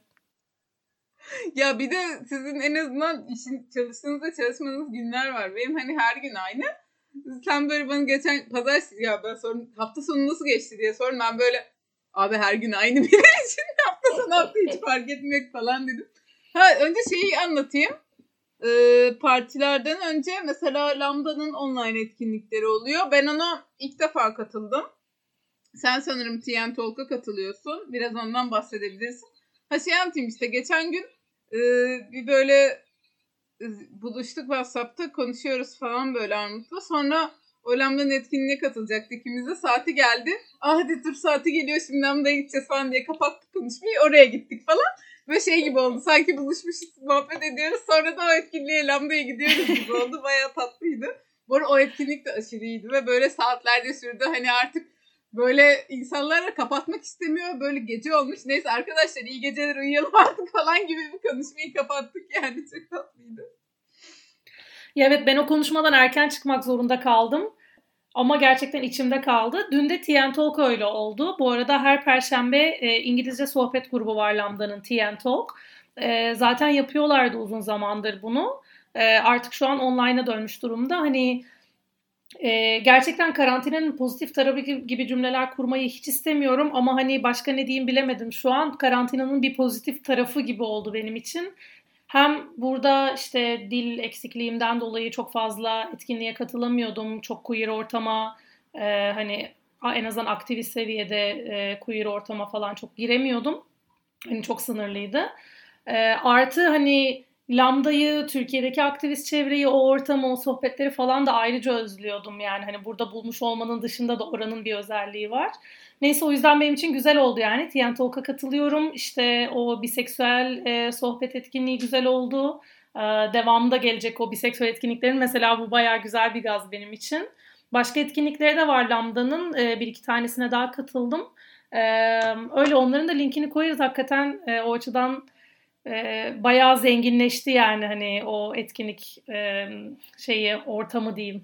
Ya bir de sizin en azından işin çalıştığınızda çalışmadığınız günler var. Benim hani her gün aynı. Sen böyle bana geçen pazartesi, ya ben sordum hafta sonu nasıl geçti diye sordum. Ben böyle abi her gün aynı benim için, hafta sonu hafta hiç fark etmiyor falan dedim. Ha, önce şeyi anlatayım. Ee, partilerden önce mesela Lambda'nın online etkinlikleri oluyor. Ben ona ilk defa katıldım. Sen sanırım T N Talk'a katılıyorsun. Biraz ondan bahsedebilirsin. Ha, şey anlatayım işte, geçen gün e, bir böyle e, buluştuk WhatsApp'ta, konuşuyoruz falan böyle Armut'la. Sonra o Lambda'nın etkinliğine katılacaktık ikimiz de. Saati geldi. Ah hadi dur, saati geliyor şimdi Lambda'ya gideceğiz falan diye kapattık konuşmayı. Oraya gittik falan. Böyle şey gibi oldu. Sanki buluşmuşuz, muhabbet ediyoruz. Sonra da o etkinliğe Lambda'ya gidiyoruz gibi oldu. Bayağı tatlıydı. Bu arada o etkinlik de aşırı iyiydi ve böyle saatlerce sürdü. Hani artık böyle insanlara kapatmak istemiyor. Böyle gece olmuş. Neyse arkadaşlar, iyi geceler, uyuyalım artık falan gibi bir konuşmayı kapattık yani. Çok tatlıydı. Ya evet ben o konuşmadan erken çıkmak zorunda kaldım. Ama gerçekten içimde kaldı. Dün de T N Talk öyle oldu. Bu arada her perşembe e, İngilizce sohbet grubu var Lambda'nın, T N Talk. E, zaten yapıyorlardı uzun zamandır bunu. E, artık şu an online'a dönmüş durumda. Hani Ee, gerçekten karantinanın pozitif tarafı gibi cümleler kurmayı hiç istemiyorum ama hani başka ne diyeyim bilemedim şu an. Karantinanın bir pozitif tarafı gibi oldu benim için. Hem burada işte dil eksikliğimden dolayı çok fazla etkinliğe katılamıyordum. Çok queer ortama e, hani en azından aktivist seviyede e, queer ortama falan çok giremiyordum. Hani çok sınırlıydı. E, artı hani Lambda'yı, Türkiye'deki aktivist çevreyi, o ortamı, o sohbetleri falan da ayrıca özlüyordum. Yani hani burada bulmuş olmanın dışında da oranın bir özelliği var. Neyse o yüzden benim için güzel oldu yani. T N Talk'a katılıyorum. İşte o biseksüel e, sohbet etkinliği güzel oldu. E, devamında gelecek o biseksüel etkinliklerin. Mesela bu bayağı güzel bir gaz benim için. Başka etkinlikleri de var Lambda'nın. E, bir iki tanesine daha katıldım. E, öyle onların da linkini koyarız. Hakikaten e, o açıdan e, bayağı zenginleşti yani hani o etkinlik e, şeyi ortamı diyeyim.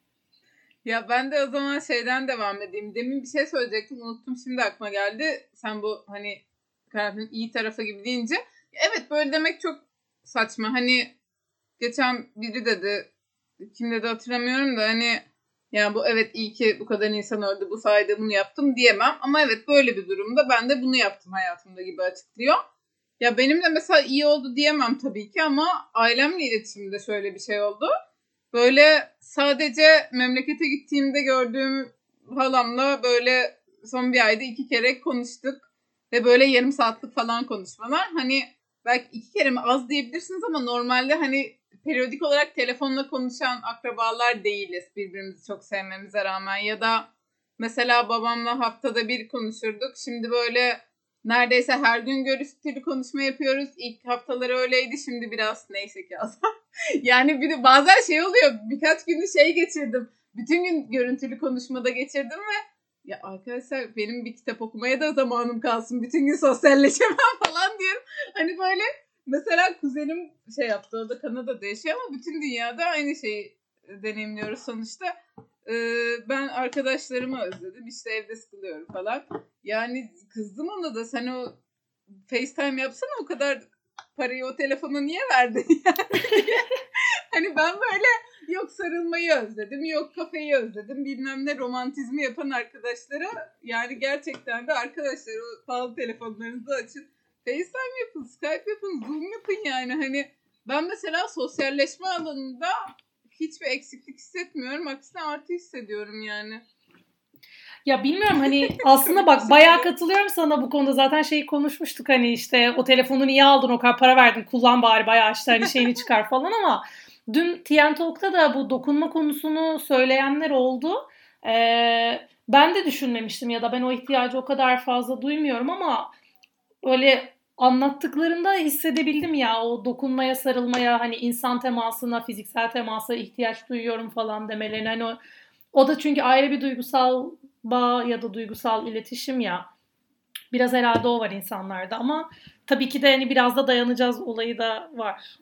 Ya ben de o zaman şeyden devam edeyim. Demin bir şey söyleyecektim, unuttum, şimdi aklıma geldi. Sen bu hani karantinanın iyi tarafı gibi deyince. Evet, böyle demek çok saçma. Hani geçen biri dedi, kim dedi hatırlamıyorum da, hani ya bu evet iyi ki bu kadar insan öldü, bu sayede bunu yaptım diyemem. Ama evet, böyle bir durumda ben de bunu yaptım hayatımda gibi açıklıyor. Ya benim de mesela iyi oldu diyemem tabii ki, ama ailemle iletişimde şöyle bir şey oldu. Böyle sadece memlekete gittiğimde gördüğüm halamla böyle son bir ayda iki kere konuştuk. Ve böyle yarım saatlik falan konuşmalar. Hani belki iki kere mi az diyebilirsiniz ama normalde hani periyodik olarak telefonla konuşan akrabalar değiliz, birbirimizi çok sevmemize rağmen. Ya da mesela babamla haftada bir konuşurduk. Şimdi böyle neredeyse her gün görüntülü konuşma yapıyoruz. İlk haftaları öyleydi, şimdi biraz neyse ki az. Yani bir de bazen şey oluyor, birkaç günü şey geçirdim. Bütün gün görüntülü konuşmada geçirdim ve ya arkadaşlar benim bir kitap okumaya da zamanım kalsın, bütün gün sosyalleşemem falan diyorum. Hani böyle mesela kuzenim şey yaptı, o da Kanada'da yaşıyor ama bütün dünyada aynı şeyi deneyimliyoruz sonuçta. Ee, ben arkadaşlarımı özledim, işte evde sıkılıyorum falan. Yani kızdım ona da, sen o FaceTime yapsana, o kadar parayı o telefona niye verdin yani? Hani ben böyle yok sarılmayı özledim, yok kafeyi özledim, bilmem ne romantizmi yapan arkadaşlara, yani gerçekten de arkadaşlar o pahalı telefonlarınızı açın. FaceTime yapın, Skype yapın, Zoom yapın yani. Hani ben mesela sosyalleşme alanında hiçbir eksiklik hissetmiyorum. Aksine artı hissediyorum yani. Ya bilmiyorum hani aslında bak bayağı katılıyorum sana bu konuda. Zaten şeyi konuşmuştuk hani işte o telefonu niye aldın, o kadar para verdin, kullan bari, bayağı işte hani şeyini çıkar falan ama dün T N Talk'ta da bu dokunma konusunu söyleyenler oldu. Ee, ben de düşünmemiştim ya da ben o ihtiyacı o kadar fazla duymuyorum ama öyle anlattıklarında hissedebildim ya o dokunmaya, sarılmaya, hani insan temasına, fiziksel temasa ihtiyaç duyuyorum falan demelerini. Hani o, o da çünkü ayrı bir duygusal bağ ya da duygusal iletişim ya. Biraz herhalde o var insanlarda ama tabii ki de hani biraz da dayanacağız olayı da var.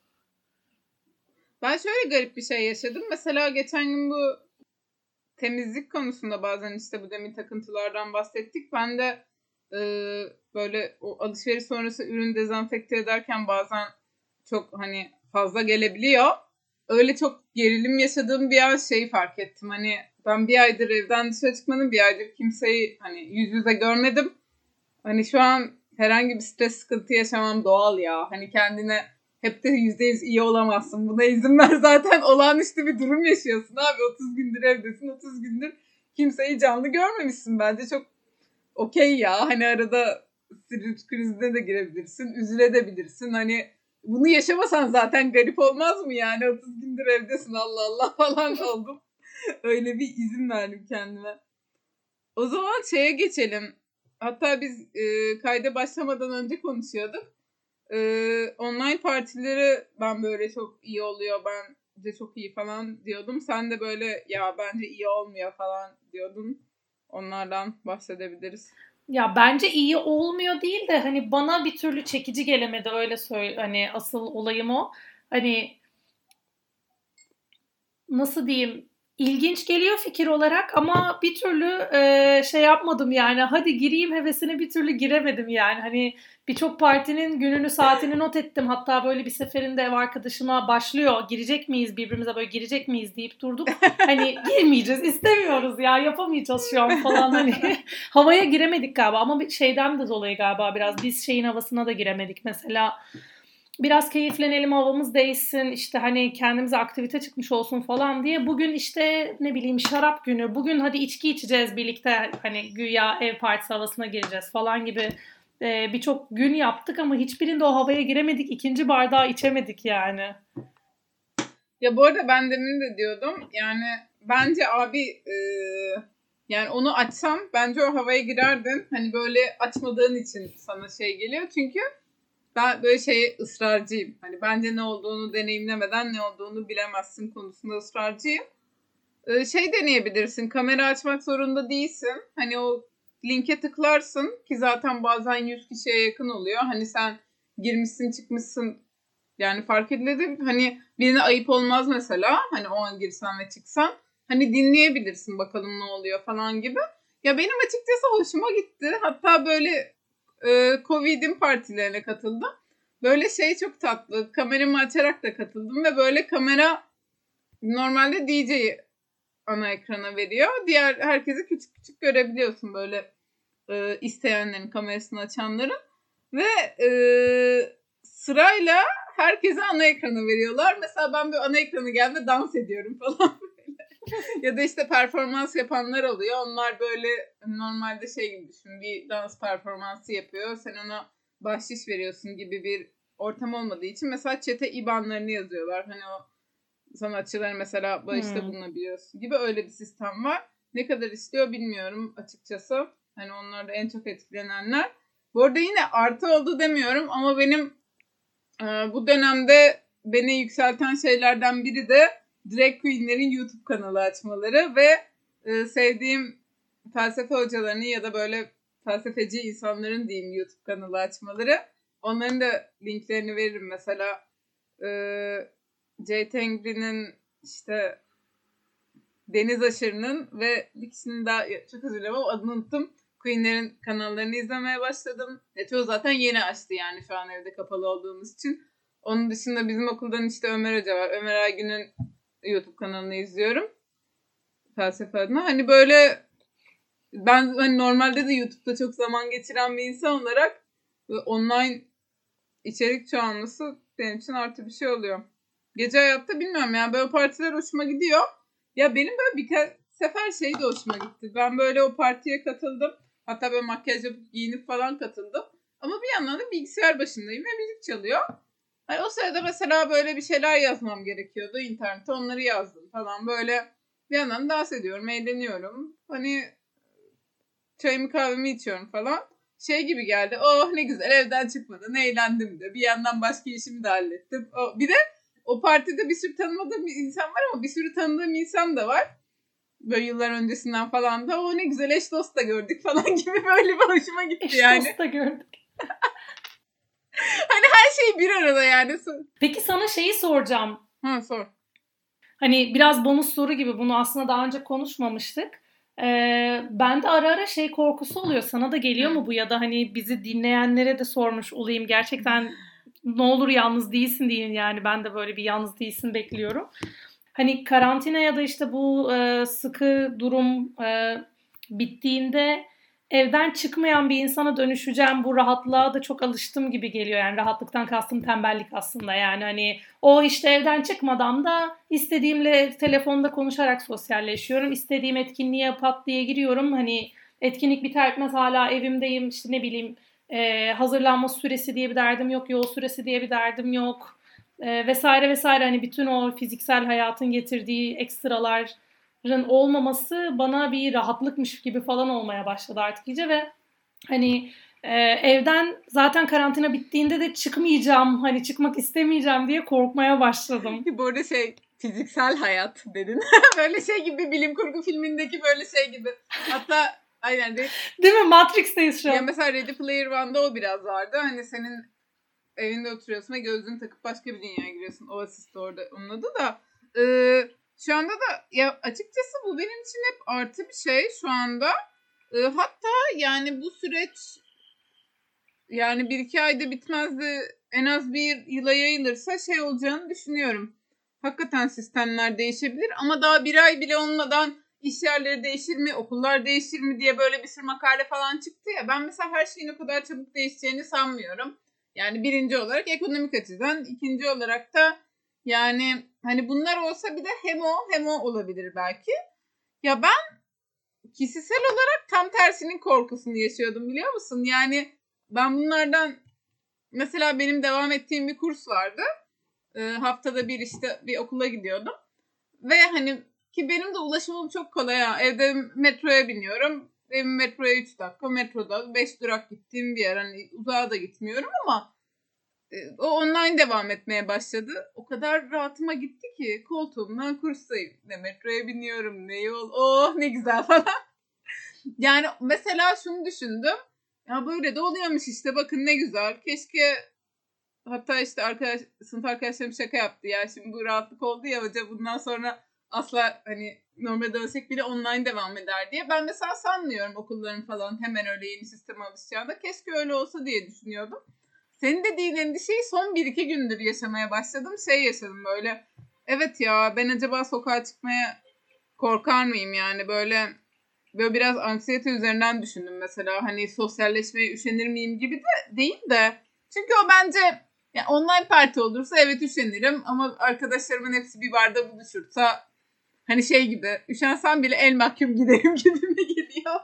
Ben şöyle garip bir şey yaşadım. Mesela geçen gün bu temizlik konusunda bazen işte bu demin takıntılardan bahsettik. Ben de e, böyle o alışveriş sonrası ürün dezenfekte ederken bazen çok hani fazla gelebiliyor. Öyle çok gerilim yaşadığım bir an şeyi fark ettim. Hani ben bir aydır evden dışarı çıkmadım. Bir aydır kimseyi hani yüz yüze görmedim. Hani şu an herhangi bir stres sıkıntı yaşamam doğal ya. Hani kendine hep de yüzde yüz iyi olamazsın, buna izin ver. Zaten olağanüstü bir durum yaşıyorsun abi. otuz gündür evdesin. otuz gündür kimseyi canlı görmemişsin. Bence çok okey ya. Hani arada sinir krizine de girebilirsin. Üzülebilirsin. Hani bunu yaşamasan zaten garip olmaz mı yani? otuz gündür evdesin, Allah Allah falan oldum. Öyle bir izin verdim kendime. O zaman şeye geçelim. Hatta biz e, kayda başlamadan önce konuşuyorduk. E, online partileri ben böyle çok iyi oluyor, bence çok iyi falan diyordum. Sen de böyle ya bence iyi olmuyor falan diyordun. Onlardan bahsedebiliriz. Ya bence iyi olmuyor değil de hani bana bir türlü çekici gelemedi, öyle söyle, hani asıl olayım o. Hani nasıl diyeyim? İlginç geliyor fikir olarak ama bir türlü e, şey yapmadım yani. Hadi gireyim hevesine bir türlü giremedim yani. Hani birçok partinin gününü saatini not ettim. Hatta böyle bir seferinde ev arkadaşıma başlıyor. Girecek miyiz birbirimize böyle girecek miyiz deyip durduk. Hani girmeyeceğiz istemiyoruz ya yapamayacağız şu an falan hani. Havaya giremedik galiba ama bir şeyden de dolayı galiba biraz biz şeyin havasına da giremedik. Mesela biraz keyiflenelim havamız değişsin işte hani kendimize aktivite çıkmış olsun falan diye bugün işte ne bileyim şarap günü bugün hadi içki içeceğiz birlikte hani güya ev partisi havasına gireceğiz falan gibi e, birçok gün yaptık ama hiçbirinde o havaya giremedik ikinci bardağı içemedik yani. Ya bu arada ben demin de diyordum yani bence abi e, yani onu açsam bence o havaya girerdin hani böyle açmadığın için sana şey geliyor çünkü ben böyle şey ısrarcıyım. Hani bence ne olduğunu deneyimlemeden ne olduğunu bilemezsin konusunda ısrarcıyım. Ee, şey deneyebilirsin. Kamera açmak zorunda değilsin. Hani o linke tıklarsın ki zaten bazen yüz kişiye yakın oluyor. Hani sen girmişsin çıkmışsın yani fark edilir. Hani birine ayıp olmaz mesela. Hani o an girsen ve çıksan. Hani dinleyebilirsin bakalım ne oluyor falan gibi. Ya benim açıkçası hoşuma gitti. Hatta böyle e, Covid'in partilerine katıldım. Böyle şey çok tatlı. Kameramı açarak da katıldım ve böyle kamera normalde D J'yi ana ekrana veriyor. Diğer herkesi küçük küçük görebiliyorsun böyle e, isteyenlerin kamerasını açanların. Ve e, sırayla herkese ana ekranı veriyorlar. Mesela ben böyle ana ekranı geldiğinde dans ediyorum falan. Ya da işte performans yapanlar oluyor. Onlar böyle normalde şey gibi düşün. Bir dans performansı yapıyor. Sen ona bahşiş veriyorsun gibi bir ortam olmadığı için mesela chat'e I B A N'larını yazıyorlar. Hani o sanatçılar mesela bağışta Hmm. bulunabiliyorsun gibi öyle bir sistem var. Ne kadar istiyor bilmiyorum açıkçası. Hani onlar da en çok etkilenenler. Bu arada yine artı oldu demiyorum ama benim e, bu dönemde beni yükselten şeylerden biri de drag queenlerin YouTube kanalı açmaları ve e, sevdiğim felsefe hocalarının ya da böyle felsefeci insanların diyeyim YouTube kanalı açmaları. Onların da linklerini veririm. Mesela e, Jay Tengri'nin işte Deniz Aşırı'nın ve bir kişinin daha çok özür dilerim ama adını unuttum. Queen'lerin kanallarını izlemeye başladım. E, çoğu zaten yeni açtı yani şu an evde kapalı olduğumuz için. Onun dışında bizim okuldan işte Ömer Hoca var. Ömer Aygün'ün YouTube kanalını izliyorum. Felsefe adına. Hani böyle ben hani normalde de YouTube'da çok zaman geçiren bir insan olarak online içerik çoğalması benim için artı bir şey oluyor. Gece hayatta bilmiyorum yani böyle partiler hoşuma gidiyor. Ya benim böyle birkaç sefer şey de hoşuma gitti. Ben böyle o partiye katıldım. Hatta böyle makyaj yapıp giyinip falan katıldım. Ama bir yandan da bilgisayar başındayım ve müzik çalıyor. Hani o sırada mesela böyle bir şeyler yazmam gerekiyordu internete. Onları yazdım falan böyle. Bir yandan dans ediyorum, eğleniyorum. Hani çayımı kahvemi içiyorum falan. Şey gibi geldi. Oh ne güzel evden çıkmadan eğlendim de. Bir yandan başka işimi de hallettim. O, bir de o partide bir sürü tanımadığım insan var ama bir sürü tanıdığım insan da var. Böyle yıllar öncesinden falan da. O ne güzel eş dost da gördük falan gibi böyle bir hoşuma gitti eş yani. Eş dost da gördük. Hani her şey bir arada yani. Peki sana şeyi soracağım. Ha sor. Hani biraz bonus soru gibi bunu aslında daha önce konuşmamıştık. Ee, bende ara ara şey korkusu oluyor. Sana da geliyor Hı. mu bu ya da hani bizi dinleyenlere de sormuş olayım. Gerçekten ne olur yalnız değilsin deyin yani ben de böyle bir yalnız değilsin bekliyorum. Hani karantina ya da işte bu e, sıkı durum e, bittiğinde evden çıkmayan bir insana dönüşeceğim. Bu rahatlığa da çok alıştım gibi geliyor. Yani rahatlıktan kastım tembellik aslında. Yani hani o işte evden çıkmadan da istediğimle telefonda konuşarak sosyalleşiyorum. İstediğim etkinliğe pat diye giriyorum. Hani etkinlik biter bitmez hala evimdeyim. İşte ne bileyim e, hazırlanma süresi diye bir derdim yok. Yol süresi diye bir derdim yok. E, vesaire vesaire. Hani bütün o fiziksel hayatın getirdiği ekstraların olmaması bana bir rahatlıkmış gibi falan olmaya başladı artık iyice ve hani e, evden zaten karantina bittiğinde de çıkmayacağım, hani çıkmak istemeyeceğim diye korkmaya başladım. Bu arada şey fiziksel hayat dedin. Böyle şey gibi bilim kurgu filmindeki böyle şey gibi. Hatta aynen. Red... Değil mi? Matrix'teyiz şu an. Ya mesela Ready Player One'da o biraz vardı. Hani senin evinde oturuyorsun ve gözlüğünü takıp başka bir dünyaya giriyorsun. Oasis de orada onun adı da. Ee, şu anda da ya açıkçası bu benim için hep artı bir şey şu anda. E, hatta yani bu süreç yani bir iki ayda bitmez de en az bir yıla yayılırsa şey olacağını düşünüyorum. Hakikaten sistemler değişebilir ama daha bir ay bile olmadan iş yerleri değişir mi, okullar değişir mi diye böyle bir sürü makale falan çıktı ya. Ben mesela her şeyin o kadar çabuk değişeceğini sanmıyorum. Yani birinci olarak ekonomik açıdan, ikinci olarak da yani hani bunlar olsa bir de hem o hem o olabilir belki. Ya ben kişisel olarak tam tersinin korkusunu yaşıyordum biliyor musun? Yani ben bunlardan mesela benim devam ettiğim bir kurs vardı. E, haftada bir işte bir okula gidiyordum. Ve hani ki benim de ulaşımım çok kolay ya. Evde metroya biniyorum. Evim metroya üç dakika. Metroda beş durak gittiğim bir yer. Hani uzağa da gitmiyorum ama e, o online devam etmeye başladı. O kadar rahatıma gitti ki koltuğumdan kurstayım. Ne metroya biniyorum ne yol. Oh ne güzel falan. Yani mesela şunu düşündüm. Ya böyle de oluyormuş işte bakın ne güzel. Keşke hatta işte arkadaş, sınıf arkadaşlarım şaka yaptı ya şimdi bu rahatlık oldu ya hoca bundan sonra asla hani normalde dönsek bile online devam eder diye. Ben mesela sanmıyorum okulların falan hemen öyle yeni sisteme alışacağını. Keşke öyle olsa diye düşünüyordum. Senin dediğin endişeyi son bir iki gündür yaşamaya başladım. Şey yaşadım böyle. Evet ya ben acaba sokağa çıkmaya korkar mıyım yani böyle böyle biraz anksiyete üzerinden düşündüm mesela. Hani sosyalleşmeye üşenir miyim gibi de değil de. Çünkü o bence ya online parti olursa evet üşenirim ama arkadaşlarımın hepsi bir barda buluşursa hani şey gibi üşensem bile el mahkum giderim gibime geliyor.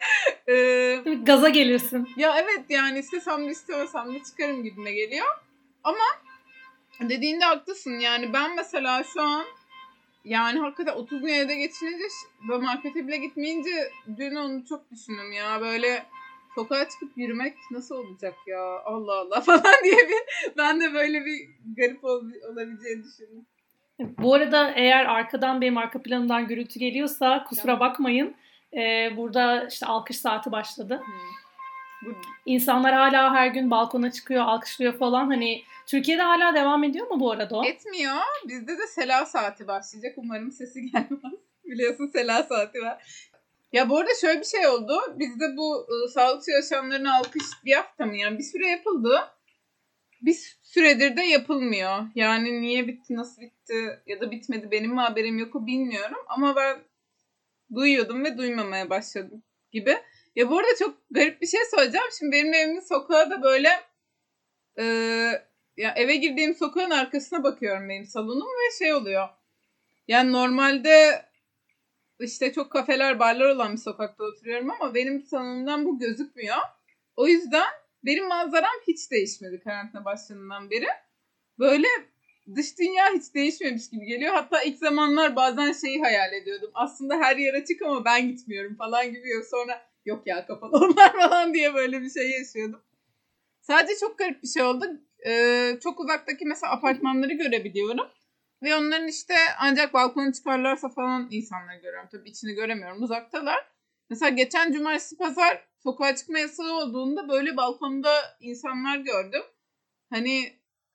Ee, Gaza gelirsin. Ya evet yani istesem de istemesem de çıkarım gibime geliyor. Ama dediğinde haklısın yani ben mesela şu an yani hakikaten otuz gün evde geçirince ve markete bile gitmeyince dün onu çok düşündüm ya. Böyle sokağa çıkıp yürümek nasıl olacak ya Allah Allah falan diye bir ben de böyle bir garip ol, olabileceğini düşündüm. Bu arada eğer arkadan benim arka planımdan gürültü geliyorsa kusura bakmayın. Ee, burada işte alkış saati başladı. Hmm. İnsanlar hala her gün balkona çıkıyor, alkışlıyor falan. Hani Türkiye'de hala devam ediyor mu bu arada o? Etmiyor. Bizde de sela saati başlayacak. Umarım sesi gelmez. Biliyorsun sela saati var. Ya bu arada şöyle bir şey oldu. Bizde bu ıı, sağlık çalışanlarına alkış bir hafta mı yani bir süre yapıldı. Bir süredir de yapılmıyor. Yani niye bitti, nasıl bitti ya da bitmedi benim mi haberim yok bilmiyorum. Ama ben duyuyordum ve duymamaya başladım gibi. Ya bu arada çok garip bir şey söyleyeceğim. Şimdi benim evimin sokağı da böyle e, ya eve girdiğim sokağın arkasına bakıyorum benim salonum ve şey oluyor. Yani normalde işte çok kafeler, barlar olan bir sokakta oturuyorum ama benim salonumdan bu gözükmüyor. O yüzden benim manzaram hiç değişmedi karantina başladığından beri. Böyle dış dünya hiç değişmemiş gibi geliyor. Hatta ilk zamanlar bazen şeyi hayal ediyordum. Aslında her yer açık ama ben gitmiyorum falan gibi. Sonra yok ya kapalı onlar falan diye böyle bir şey yaşıyordum. Sadece çok garip bir şey oldu. Ee, çok uzaktaki mesela apartmanları görebiliyorum. Ve onların işte ancak balkona çıkarlarsa falan insanları görüyorum. Tabii içini göremiyorum. Uzaktalar. Mesela geçen cumartesi pazar sokağa çıkma yasağı olduğunda böyle balkonda insanlar gördüm. Hani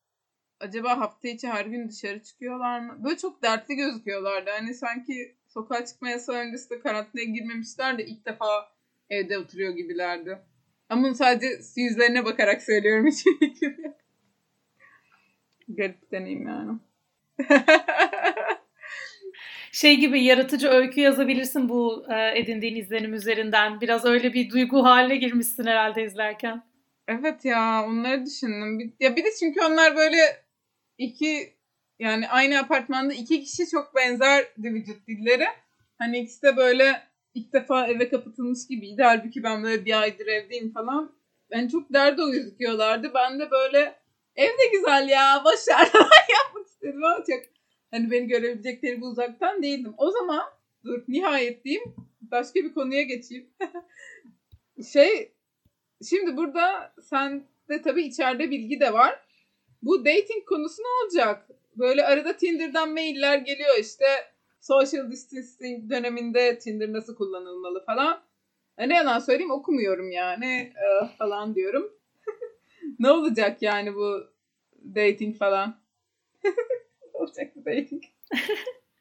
acaba hafta içi her gün dışarı çıkıyorlar mı? Böyle çok dertli gözüküyorlardı. Hani sanki sokağa çıkma yasağı öncesi de karantinaya girmemişler de ilk defa evde oturuyor gibilerdi. Ama bunu sadece yüzlerine bakarak söylüyorum. Hiç fikrim yok. Garip bir deneyim yani. Şey gibi yaratıcı öykü yazabilirsin bu e, edindiğin izlenim üzerinden. Biraz öyle bir duygu haline girmişsin herhalde izlerken. Evet ya onları düşündüm. Ya bir de çünkü onlar böyle iki yani aynı apartmanda iki kişi çok benzer vücut dilleri. Hani ikisi de böyle ilk defa eve kapatılmış gibiydi. Halbuki ben böyle bir aydır evdeyim falan. Yani çok derdolu gözüküyorlardı. Ben de böyle evde güzel ya boşver yapmak istedim ama çok hani beni görebilecekleri bu uzaktan değildim. O zaman dur nihayet diyeyim başka bir konuya geçeyim. şey şimdi burada sende tabii içeride bilgi de var. Bu dating konusu ne olacak? Böyle arada Tinder'dan mailler geliyor işte. Social distancing döneminde Tinder nasıl kullanılmalı falan. E ne yalan söyleyeyim okumuyorum yani e, falan diyorum. Ne olacak yani bu dating falan? Ne olacak bu dating?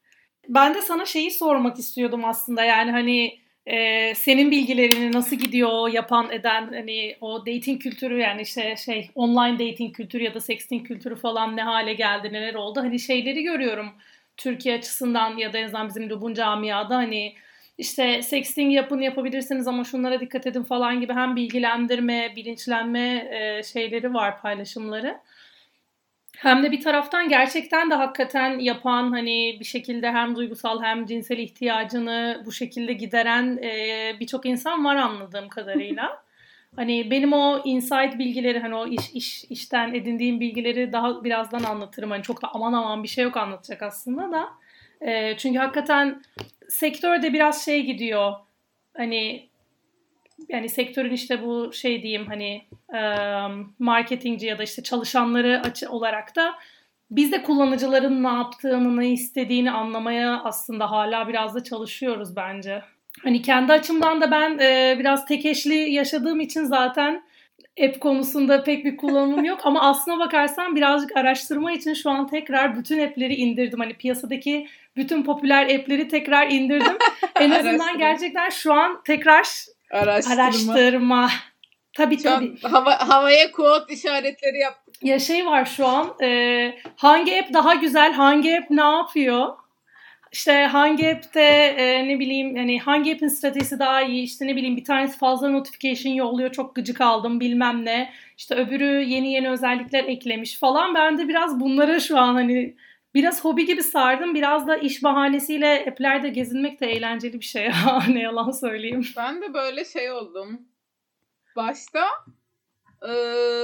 Ben de sana şeyi sormak istiyordum aslında, yani hani e, senin bilgilerini nasıl gidiyor yapan eden, hani o dating kültürü, yani işte şey online dating kültürü ya da sexting kültürü falan ne hale geldi, neler oldu? Hani şeyleri görüyorum Türkiye açısından ya da en azından bizim de bu camiada, hani işte sexting yapın, yapabilirsiniz ama şunlara dikkat edin falan gibi hem bilgilendirme, bilinçlenme e, şeyleri var, paylaşımları. Hem de bir taraftan gerçekten de hakikaten yapan, hani bir şekilde hem duygusal hem cinsel ihtiyacını bu şekilde gideren e, birçok insan var anladığım kadarıyla. Hani benim o insight bilgileri, hani o iş, iş işten edindiğim bilgileri daha birazdan anlatırım. Hani çok da aman aman bir şey yok anlatacak aslında da. E, çünkü hakikaten sektörde biraz şey gidiyor. Hani yani sektörün işte bu şey diyeyim, hani e, marketingci ya da işte çalışanları açı olarak da biz de kullanıcıların ne yaptığını, ne istediğini anlamaya aslında hala biraz da çalışıyoruz bence. Hani kendi açımdan da ben e, biraz tek eşli yaşadığım için zaten app konusunda pek bir kullanımım yok. Ama aslına bakarsan birazcık araştırma için şu an tekrar bütün app'leri indirdim. Hani piyasadaki bütün popüler app'leri tekrar indirdim. En azından gerçekten şu an tekrar araştırma. araştırma. Tabii şu tabii. An hava, havaya quote işaretleri yaptık. Ya şey var şu an, e, hangi app daha güzel, hangi app ne yapıyor? İşte hangi app'te e, ne bileyim, hani hangi app'in stratejisi daha iyi, işte ne bileyim bir tanesi fazla notification yolluyor, çok gıcık aldım bilmem ne. İşte öbürü yeni yeni özellikler eklemiş falan. Ben de biraz bunlara şu an hani biraz hobi gibi sardım. Biraz da iş bahanesiyle app'lerde gezinmek de eğlenceli bir şey. Ne yalan söyleyeyim. Ben de böyle şey oldum. Başta ee,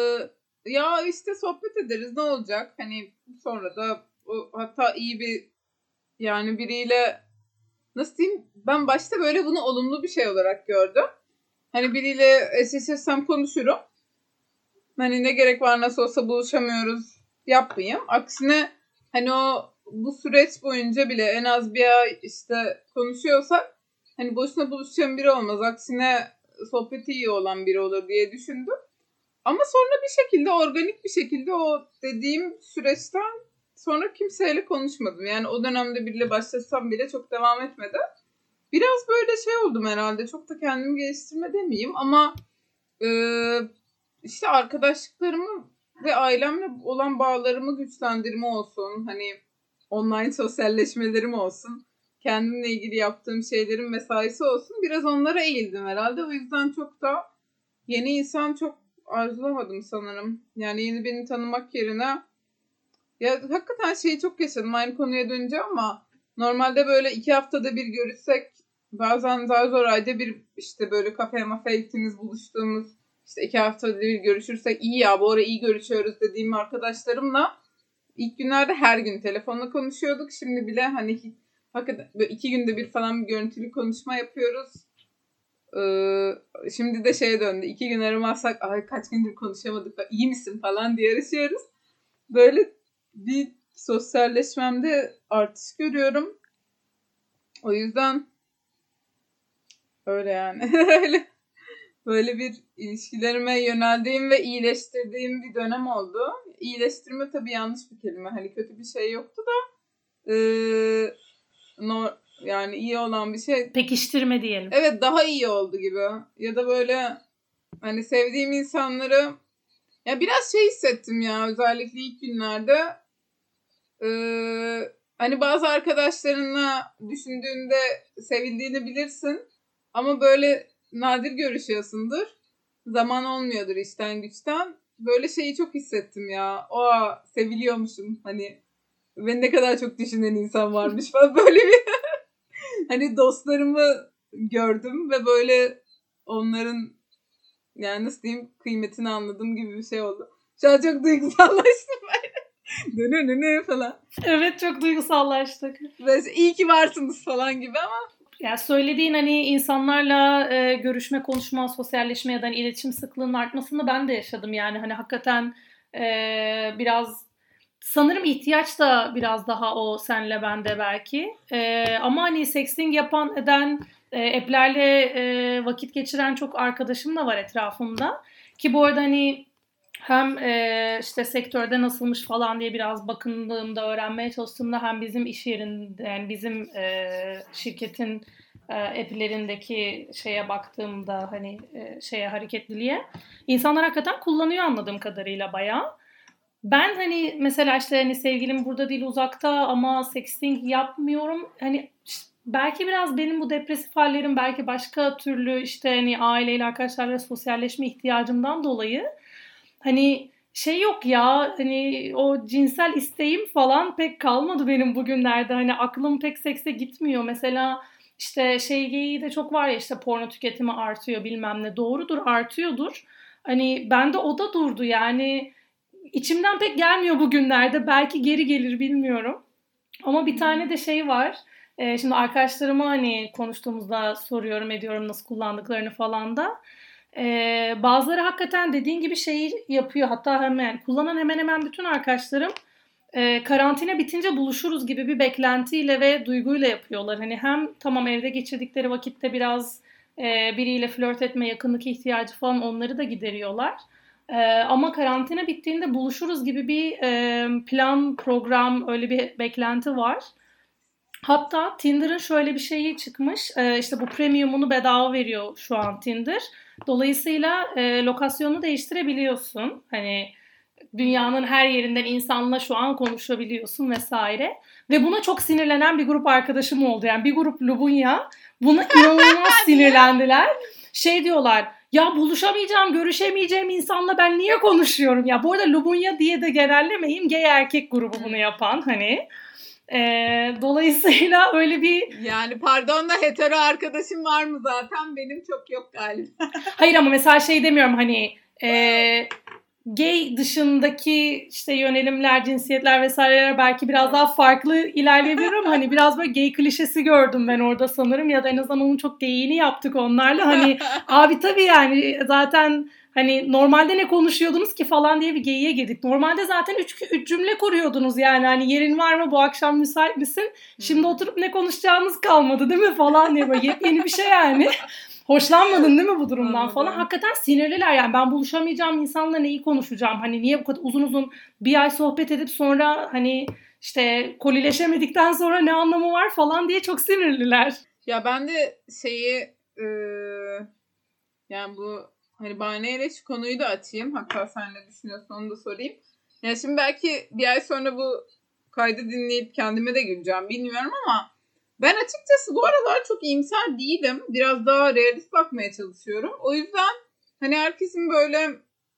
ya işte sohbet ederiz ne olacak? Hani sonra da o, hatta iyi bir yani biriyle nasıl diyeyim? Ben başta böyle bunu olumlu bir şey olarak gördüm. Hani biriyle eşleşirsem konuşurum. Hani ne gerek var, nasıl olsa buluşamıyoruz yapmayayım. Aksine hani o bu süreç boyunca bile en az bir ay işte konuşuyorsak hani boşuna buluşacağım biri olmaz. Aksine sohbeti iyi olan biri olur diye düşündüm. Ama sonra bir şekilde organik bir şekilde o dediğim süreçten sonra kimseyle konuşmadım. Yani o dönemde biriyle başlasam bile çok devam etmedi. Biraz böyle şey oldum herhalde. Çok da kendimi geliştirme demeyeyim ama e, işte arkadaşlıklarımı ve ailemle olan bağlarımı güçlendirme olsun. Hani online sosyalleşmelerim olsun. Kendimle ilgili yaptığım şeylerin mesaisi olsun. Biraz onlara eğildim herhalde. O yüzden çok da yeni insan çok arzulamadım sanırım. Yani yeni birini tanımak yerine ya hakikaten şeyi çok yaşadım aynı konuya dönünce ama normalde böyle iki haftada bir görüşsek bazen zar zor ayda bir işte böyle kafeye mafeye gittiğimiz buluştuğumuz işte iki haftada bir görüşürsek iyi ya bu ara iyi görüşüyoruz dediğim arkadaşlarımla ilk günlerde her gün telefonla konuşuyorduk. Şimdi bile hani hakikaten böyle iki günde bir falan bir görüntülü konuşma yapıyoruz. Ee, şimdi de şeye döndü. İki gün aramazsak ay kaç gündür konuşamadık iyi misin falan diye yarışıyoruz. Böyle bir sosyalleşmemde artış görüyorum. O yüzden öyle yani. öyle böyle bir ilişkilerime yöneldiğim ve iyileştirdiğim bir dönem oldu. İyileştirme tabii yanlış bir kelime. Hani kötü bir şey yoktu da e, no, yani iyi olan bir şey. Pekiştirme diyelim. Evet daha iyi oldu gibi. Ya da böyle hani sevdiğim insanları ya biraz şey hissettim ya özellikle ilk günlerde Ee, hani bazı arkadaşlarınla düşündüğünde sevildiğini bilirsin ama böyle nadir görüşüyorsundur. Zaman olmuyordur işten güçten. Böyle şeyi çok hissettim ya. Oha seviliyormuşum. Hani beni ne kadar çok düşünen insan varmış falan böyle bir hani dostlarımı gördüm ve böyle onların yani nasıl diyeyim kıymetini anladığım gibi bir şey oldu. Şu an çok duygusallaştım ben. Dönönönö falan. Evet çok duygusallaştık. Böyle iyi ki varsınız falan gibi ama. Ya söylediğin hani insanlarla e, görüşme, konuşma, sosyalleşme ya da hani iletişim sıklığının artmasını ben de yaşadım. Yani hani hakikaten e, biraz sanırım ihtiyaç da biraz daha o senle bende belki. E, ama hani sexting yapan eden e, app'lerle e, vakit geçiren çok arkadaşım da var etrafımda. Ki bu arada hani hem e, işte sektörde nasılmış falan diye biraz bakındığımda, öğrenmeye çalıştığımda hem bizim iş yerinde, yani bizim e, şirketin e, app'lerindeki şeye baktığımda hani e, şeye hareketliliğe insanlar hakikaten kullanıyor anladığım kadarıyla bayağı. Ben hani mesela işte hani sevgilim burada değil uzakta ama sexting yapmıyorum. Hani belki biraz benim bu depresif hallerim belki başka türlü işte hani aileyle arkadaşlarla sosyalleşme ihtiyacımdan dolayı hani şey yok ya hani o cinsel isteğim falan pek kalmadı benim bugünlerde. Hani aklım pek sekse gitmiyor. Mesela işte şey geyiği de çok var ya işte porno tüketimi artıyor bilmem ne. Doğrudur artıyordur. Hani bende o da durdu yani içimden pek gelmiyor bugünlerde. Belki geri gelir bilmiyorum. Ama bir tane de şey var. Ee, şimdi arkadaşlarıma hani konuştuğumuzda soruyorum ediyorum nasıl kullandıklarını falan da. Ee, bazıları hakikaten dediğin gibi şeyi yapıyor. Hatta hemen kullanan hemen hemen bütün arkadaşlarım e, karantina bitince buluşuruz gibi bir beklentiyle ve duyguyla yapıyorlar. Hani hem tamam evde geçirdikleri vakitte biraz e, biriyle flört etme, yakınlık ihtiyacı falan onları da gideriyorlar. E, ama karantina bittiğinde buluşuruz gibi bir e, plan, program, öyle bir beklenti var. Hatta Tinder'ın şöyle bir şeyi çıkmış. Ee, işte bu premium'unu bedava veriyor şu an Tinder. Dolayısıyla e, lokasyonu değiştirebiliyorsun. Hani dünyanın her yerinden insanla şu an konuşabiliyorsun vesaire. Ve buna çok sinirlenen bir grup arkadaşım oldu. Yani bir grup Lubunya buna inanılmaz sinirlendiler. Şey diyorlar, ya buluşamayacağım, görüşemeyeceğim insanla ben niye konuşuyorum? Ya bu arada Lubunya diye de genellemeyeyim. Gay erkek grubu bunu yapan hani. Ee, dolayısıyla öyle bir... Yani pardon da hetero arkadaşım var mı zaten? Benim çok yok galiba. Hayır ama mesela şey demiyorum hani e, gay dışındaki işte yönelimler, cinsiyetler vesaireler belki biraz daha farklı ilerleyebilir ama hani biraz böyle gay klişesi gördüm ben orada sanırım ya da en azından onun çok gayini yaptık onlarla. Hani abi tabii yani zaten hani normalde ne konuşuyordunuz ki falan diye bir geyiğe girdik. Normalde zaten üç, üç cümle kuruyordunuz yani hani yerin var mı bu akşam müsait misin? Şimdi oturup ne konuşacağımız kalmadı değil mi falan diye böyle yepyeni bir şey yani. Hoşlanmadın değil mi bu durumdan Anladım. falan? Hakikaten sinirliler yani ben buluşamayacağım insanla neyi konuşacağım? Hani niye bu kadar uzun uzun bir ay sohbet edip sonra hani işte kolileşemedikten sonra ne anlamı var falan diye çok sinirliler. Ya ben de şeyi e, yani bu hani bahaneyle şu konuyu da açayım. Hatta sen ne düşünüyorsun onu da sorayım. Ya şimdi belki bir ay sonra bu kaydı dinleyip kendime de güleceğim bilmiyorum ama ben açıkçası bu aralar çok iyimser değilim. Biraz daha realist bakmaya çalışıyorum. O yüzden hani herkesin böyle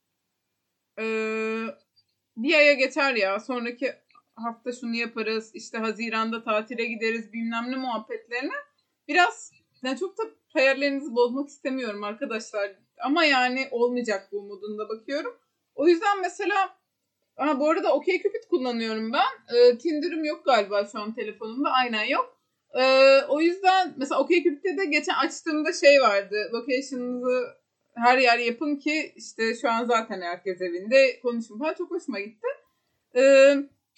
e, bir aya geçer ya. Sonraki hafta şunu yaparız. İşte Haziran'da tatile gideriz bilmem ne muhabbetlerine. Biraz yani çok da hayallerinizi bozmak istemiyorum arkadaşlar. Ama yani olmayacak bu umudunda bakıyorum. O yüzden mesela ha, bu arada OkCupid kullanıyorum ben. E, Tinder'ım yok galiba şu an telefonumda. Aynen yok. E, o yüzden mesela OkCupid'de de geçen açtığımda şey vardı. Location'ınızı her yer yapın ki işte şu an zaten herkes evinde konuşun falan. Çok hoşuma gitti. E,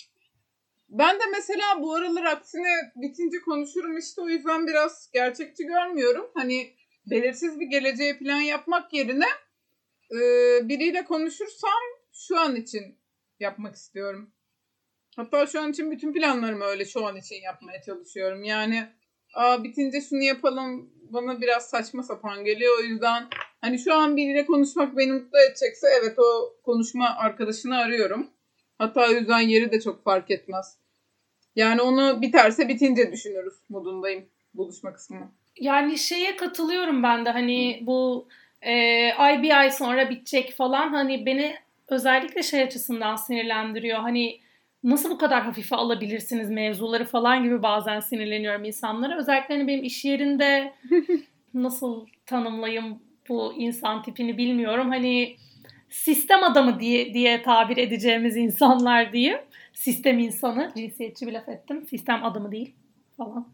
ben de mesela bu aralar aksine bitince konuşurum işte o yüzden biraz gerçekçi görmüyorum. Hani belirsiz bir geleceğe plan yapmak yerine e, biriyle konuşursam şu an için yapmak istiyorum. Hatta şu an için bütün planlarımı öyle şu an için yapmaya çalışıyorum. Yani aa bitince şunu yapalım bana biraz saçma sapan geliyor. O yüzden hani şu an biriyle konuşmak beni mutlu edecekse evet o konuşma arkadaşını arıyorum. Hatta o yüzden yeri de çok fark etmez. Yani onu biterse bitince düşünürüz modundayım buluşma kısmına. Yani şeye katılıyorum ben de hani bu e, ay bir ay sonra bitecek falan hani beni özellikle şey açısından sinirlendiriyor. Hani nasıl bu kadar hafife alabilirsiniz mevzuları falan gibi bazen sinirleniyorum insanlara. Özellikle hani benim iş yerinde nasıl tanımlayayım bu insan tipini bilmiyorum. Hani sistem adamı diye diye tabir edeceğimiz insanlar diyeyim. Sistem insanı. Cinsiyetçi bir laf ettim. Sistem adamı değil falan.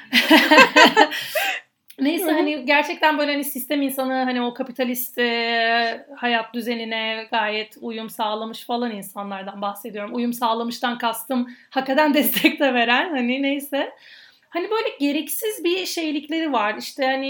Neyse hani gerçekten böyle hani sistem insanı hani o kapitalist e, hayat düzenine gayet uyum sağlamış falan insanlardan bahsediyorum. Uyum sağlamıştan kastım hakikaten destek de veren hani neyse. Hani böyle gereksiz bir şeylikleri var. İşte hani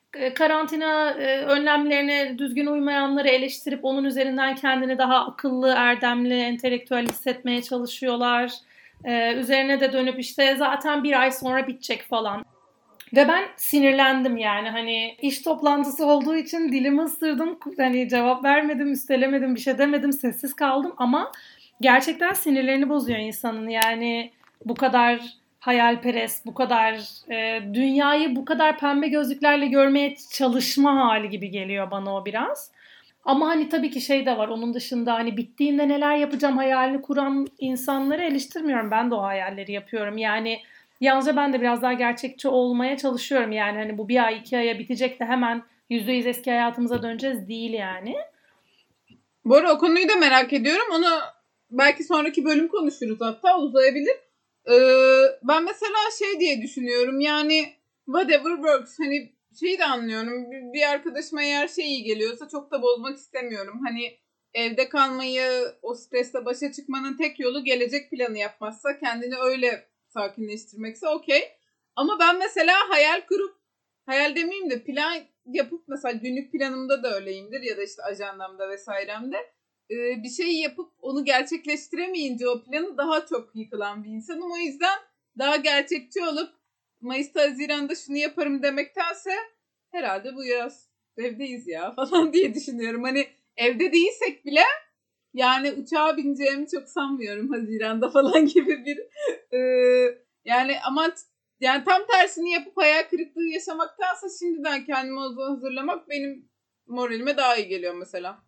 karantina önlemlerine düzgün uymayanları eleştirip onun üzerinden kendini daha akıllı, erdemli, entelektüel hissetmeye çalışıyorlar. Üzerine de dönüp işte zaten bir ay sonra bitecek falan. Ve ben sinirlendim yani hani iş toplantısı olduğu için dilimi ısırdım. Hani cevap vermedim, üstelemedim, bir şey demedim, sessiz kaldım ama gerçekten sinirlerini bozuyor insanın. Yani bu kadar hayalperest, bu kadar e, dünyayı bu kadar pembe gözlüklerle görmeye çalışma hali gibi geliyor bana o biraz. Ama hani tabii ki şey de var, onun dışında hani bittiğinde neler yapacağım hayalini kuran insanları eleştirmiyorum. Ben de o hayalleri yapıyorum. Yani yalnızca ben de biraz daha gerçekçi olmaya çalışıyorum. Yani hani bu bir ay iki aya bitecek de hemen yüzde yüz eski hayatımıza döneceğiz değil yani. Bu arada o konuyu da merak ediyorum. Onu belki sonraki bölüm konuşuruz, hatta uzayabilir. Ee, ben mesela şey diye düşünüyorum, yani whatever works, hani şeyi de anlıyorum. Bir, bir arkadaşıma eğer şey iyi geliyorsa çok da bozmak istemiyorum. Hani evde kalmayı, o stresle başa çıkmanın tek yolu gelecek planı yapmazsa, kendini öyle sakinleştirmekse okey. Ama ben mesela hayal kurup, hayal demeyeyim de plan yapıp, mesela günlük planımda da öyleyimdir ya da işte ajandamda vesairemde, e, bir şey yapıp onu gerçekleştiremeyince o planı daha çok yıkılan bir insanım. O yüzden daha gerçekçi olup Mayıs'ta, Haziran'da şunu yaparım demektense herhalde bu yaz evdeyiz ya falan diye düşünüyorum. Hani evde değilsek bile yani uçağa bineceğimi çok sanmıyorum Haziran'da falan gibi bir e, yani ama yani tam tersini yapıp hayal kırıklığı yaşamaktansa şimdiden kendimi hazırlamak benim moralime daha iyi geliyor mesela.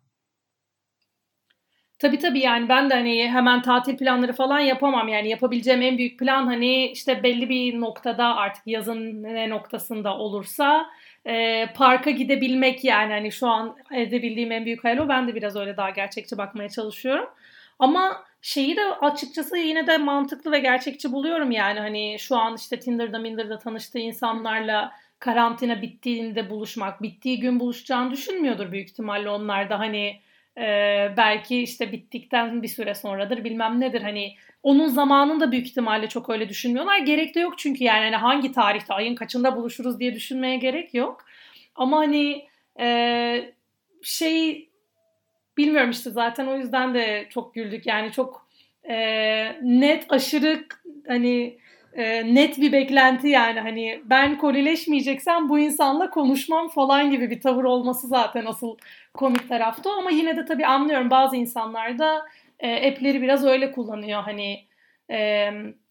Tabii tabii yani ben de hani hemen tatil planları falan yapamam. Yani yapabileceğim en büyük plan hani işte belli bir noktada, artık yazın ne noktasında olursa e, parka gidebilmek. Yani hani şu an edebildiğim en büyük hayal o. Ben de biraz öyle daha gerçekçi bakmaya çalışıyorum. Ama şeyi de açıkçası yine de mantıklı ve gerçekçi buluyorum. Yani hani şu an işte Tinder'da Minder'da tanıştığı insanlarla karantina bittiğinde buluşmak, bittiği gün buluşacağını düşünmüyordur büyük ihtimalle onlar da. Hani ee, belki işte bittikten bir süre sonradır, bilmem nedir, hani onun zamanını da büyük ihtimalle çok öyle düşünmüyorlar. Gerek de yok çünkü yani hani hangi tarihte, ayın kaçında buluşuruz diye düşünmeye gerek yok. Ama hani e, şey, bilmiyorum işte, zaten o yüzden de çok güldük yani. Çok e, net, aşırı hani e, net bir beklenti. Yani hani ben kolileşmeyeceksem bu insanla konuşmam falan gibi bir tavır olması zaten asıl komik tarafta. Ama yine de tabii anlıyorum, bazı insanlar da e, app'leri biraz öyle kullanıyor. Hani e,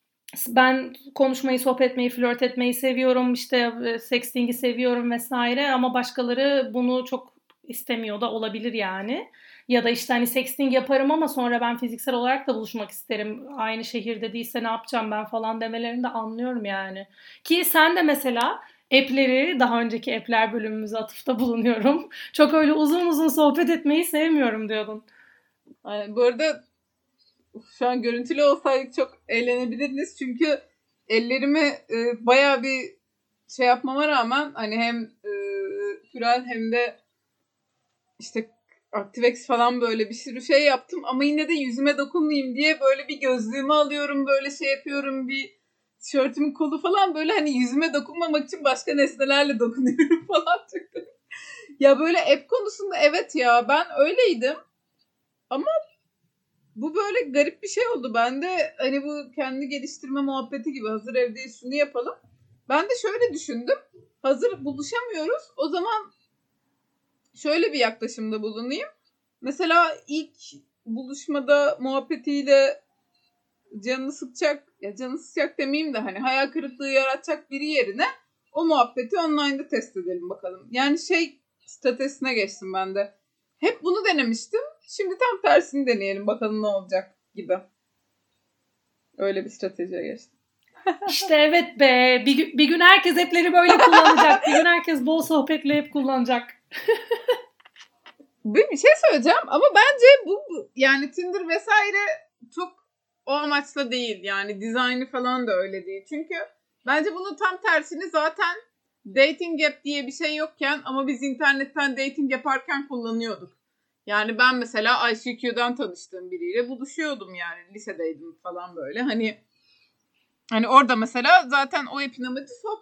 ben konuşmayı, sohbet etmeyi, flört etmeyi seviyorum, işte e, sexting'i seviyorum vesaire, ama başkaları bunu çok istemiyor da olabilir yani. Ya da işte hani sexting yaparım ama sonra ben fiziksel olarak da buluşmak isterim, aynı şehirde değilse ne yapacağım ben falan demelerini de anlıyorum yani. Ki sen de mesela app'leri, daha önceki app'ler bölümümüze atıfta bulunuyorum, çok öyle uzun uzun sohbet etmeyi sevmiyorum diyordun. Yani bu arada şu an görüntülü olsaydık çok eğlenebilirdiniz. Çünkü ellerimi e, bayağı bir şey yapmama rağmen, hani hem e, Pürel hem de işte Activex falan böyle bir sürü şey yaptım. Ama yine de yüzüme dokunmayayım diye böyle bir gözlüğümü alıyorum, böyle şey yapıyorum, bir tişörtümün kolu falan, böyle hani yüzüme dokunmamak için başka nesnelerle dokunuyorum falan. Ya böyle app konusunda evet ya, ben öyleydim. Ama bu böyle garip bir şey oldu. Ben de hani bu kendi geliştirme muhabbeti gibi, hazır evdeyiz şunu yapalım. Ben de şöyle düşündüm. Hazır buluşamıyoruz, o zaman şöyle bir yaklaşımda bulunayım. Mesela ilk buluşmada muhabbetiyle canını sıkacak, ya canını sıkacak demeyeyim de hani hayal kırıklığı yaratacak biri yerine o muhabbeti online'da test edelim bakalım. Yani şey stratejisine geçtim ben de. Hep bunu denemiştim. Şimdi tam tersini deneyelim bakalım ne olacak gibi. Öyle bir stratejiye geçtim. İşte evet be, bir, gün- bir gün herkes app'leri böyle kullanacak. Bir gün herkes bol sohbetle app kullanacak. Bir, bir şey söyleyeceğim ama bence bu, bu yani Tinder vesaire çok o amaçla değil. Yani dizaynı falan da öyle değil. Çünkü bence bunun tam tersini zaten dating app diye bir şey yokken ama biz internetten dating yaparken kullanıyorduk. Yani ben mesela I C Q'dan tanıştığım biriyle buluşuyordum, yani lisedeydim falan böyle. Hani hani orada mesela zaten o app'in amacı sohbet.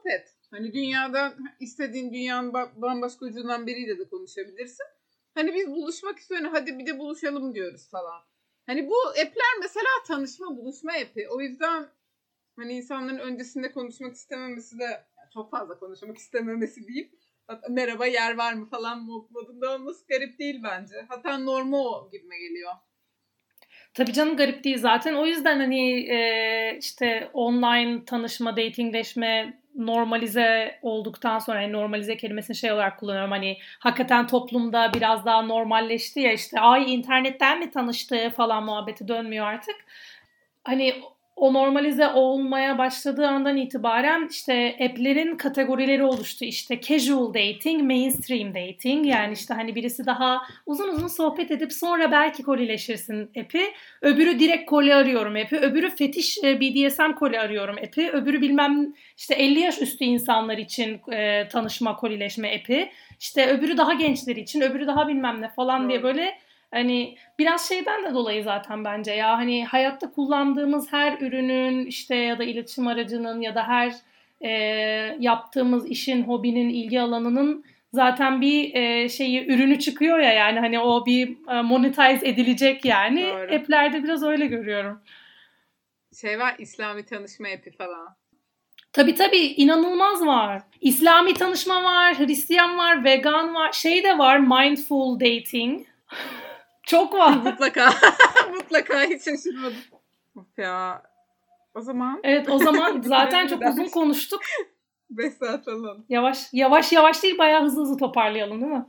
Hani dünyada istediğin dünyanın bambaşka ucundan biriyle de konuşabilirsin. Hani biz buluşmak istiyoruz. Hadi bir de buluşalım diyoruz falan. Hani bu app'ler mesela tanışma, buluşma app'i. O yüzden hani insanların öncesinde konuşmak istememesi de çok fazla konuşmak istememesi diyeyim. Merhaba yer var mı falan modunda olması garip değil bence. Hatta normal o gibime geliyor. Tabii canım garip değil zaten. O yüzden hani e, işte online tanışma, datingleşme normalize olduktan sonra yani normalize kelimesini şey olarak kullanıyorum. Hani hakikaten toplumda biraz daha normalleşti ya işte ay internetten mi tanıştı falan muhabbeti dönmüyor artık. Hani o normalize olmaya başladığı andan itibaren işte app'lerin kategorileri oluştu. İşte casual dating, mainstream dating. Yani işte hani birisi daha uzun uzun sohbet edip sonra belki kolileşirsin app'i. Öbürü direkt koli arıyorum app'i. Öbürü fetiş B D S M koli arıyorum app'i. Öbürü bilmem işte elli yaş üstü insanlar için e, tanışma, kolileşme app'i. İşte öbürü daha gençler için, öbürü daha bilmem ne falan Doğru. diye böyle hani biraz şeyden de dolayı zaten bence ya hani hayatta kullandığımız her ürünün işte ya da iletişim aracının ya da her e, yaptığımız işin, hobinin, ilgi alanının zaten bir e, şeyi ürünü çıkıyor ya yani hani o bir e, monetize edilecek yani. Doğru. App'lerde biraz öyle görüyorum. Şey var İslami tanışma app'i falan. Tabii tabii inanılmaz var. İslami tanışma var, Hristiyan var, vegan var, şey de var mindful dating. Çok var. Mutlaka. Mutlaka hiç şaşırmadım. Of ya. O zaman. Evet o zaman zaten çok uzun konuştuk. beş saat falan. Yavaş yavaş yavaş değil bayağı hızlı hızlı toparlayalım değil mi?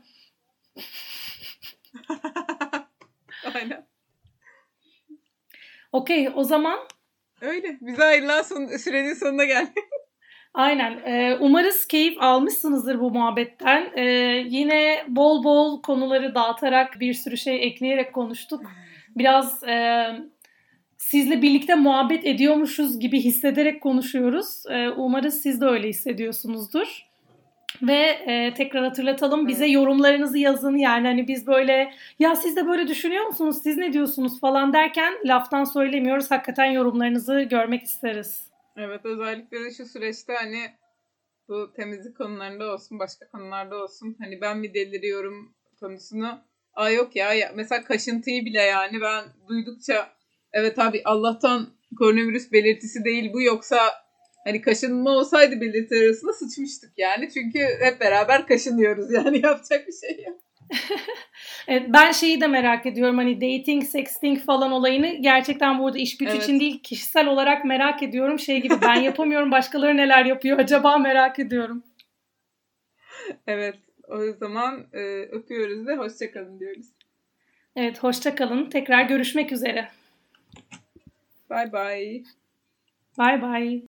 Aynen. Okey o zaman. Öyle. Bize ayrılan son, sürenin sonuna geldik. Aynen. Ee, umarız keyif almışsınızdır bu muhabbetten. Ee, yine bol bol konuları dağıtarak bir sürü şey ekleyerek konuştuk. Biraz e, sizle birlikte muhabbet ediyormuşuz gibi hissederek konuşuyoruz. Ee, umarız siz de öyle hissediyorsunuzdur. Ve e, tekrar hatırlatalım bize evet. yorumlarınızı yazın yani hani biz böyle ya siz de böyle düşünüyor musunuz siz ne diyorsunuz falan derken laftan söylemiyoruz hakikaten yorumlarınızı görmek isteriz. Evet özellikle de şu süreçte hani bu temizlik konularında olsun başka konularda olsun hani ben mi deliriyorum konusunu aa yok ya, ya mesela kaşıntıyı bile yani ben duydukça evet abi Allah'tan koronavirüs belirtisi değil bu yoksa hani kaşınma olsaydı belirtiler arasında sıçmıştık yani. Çünkü hep beraber kaşınıyoruz yani yapacak bir şey yok. Evet, ben şeyi de merak ediyorum hani dating, sexting falan olayını gerçekten burada iş güç evet. için değil kişisel olarak merak ediyorum. Şey gibi ben yapamıyorum başkaları neler yapıyor acaba merak ediyorum. Evet o zaman e, öpüyoruz ve hoşçakalın diyoruz. Evet hoşçakalın tekrar görüşmek üzere. Bye bye. Bye bye.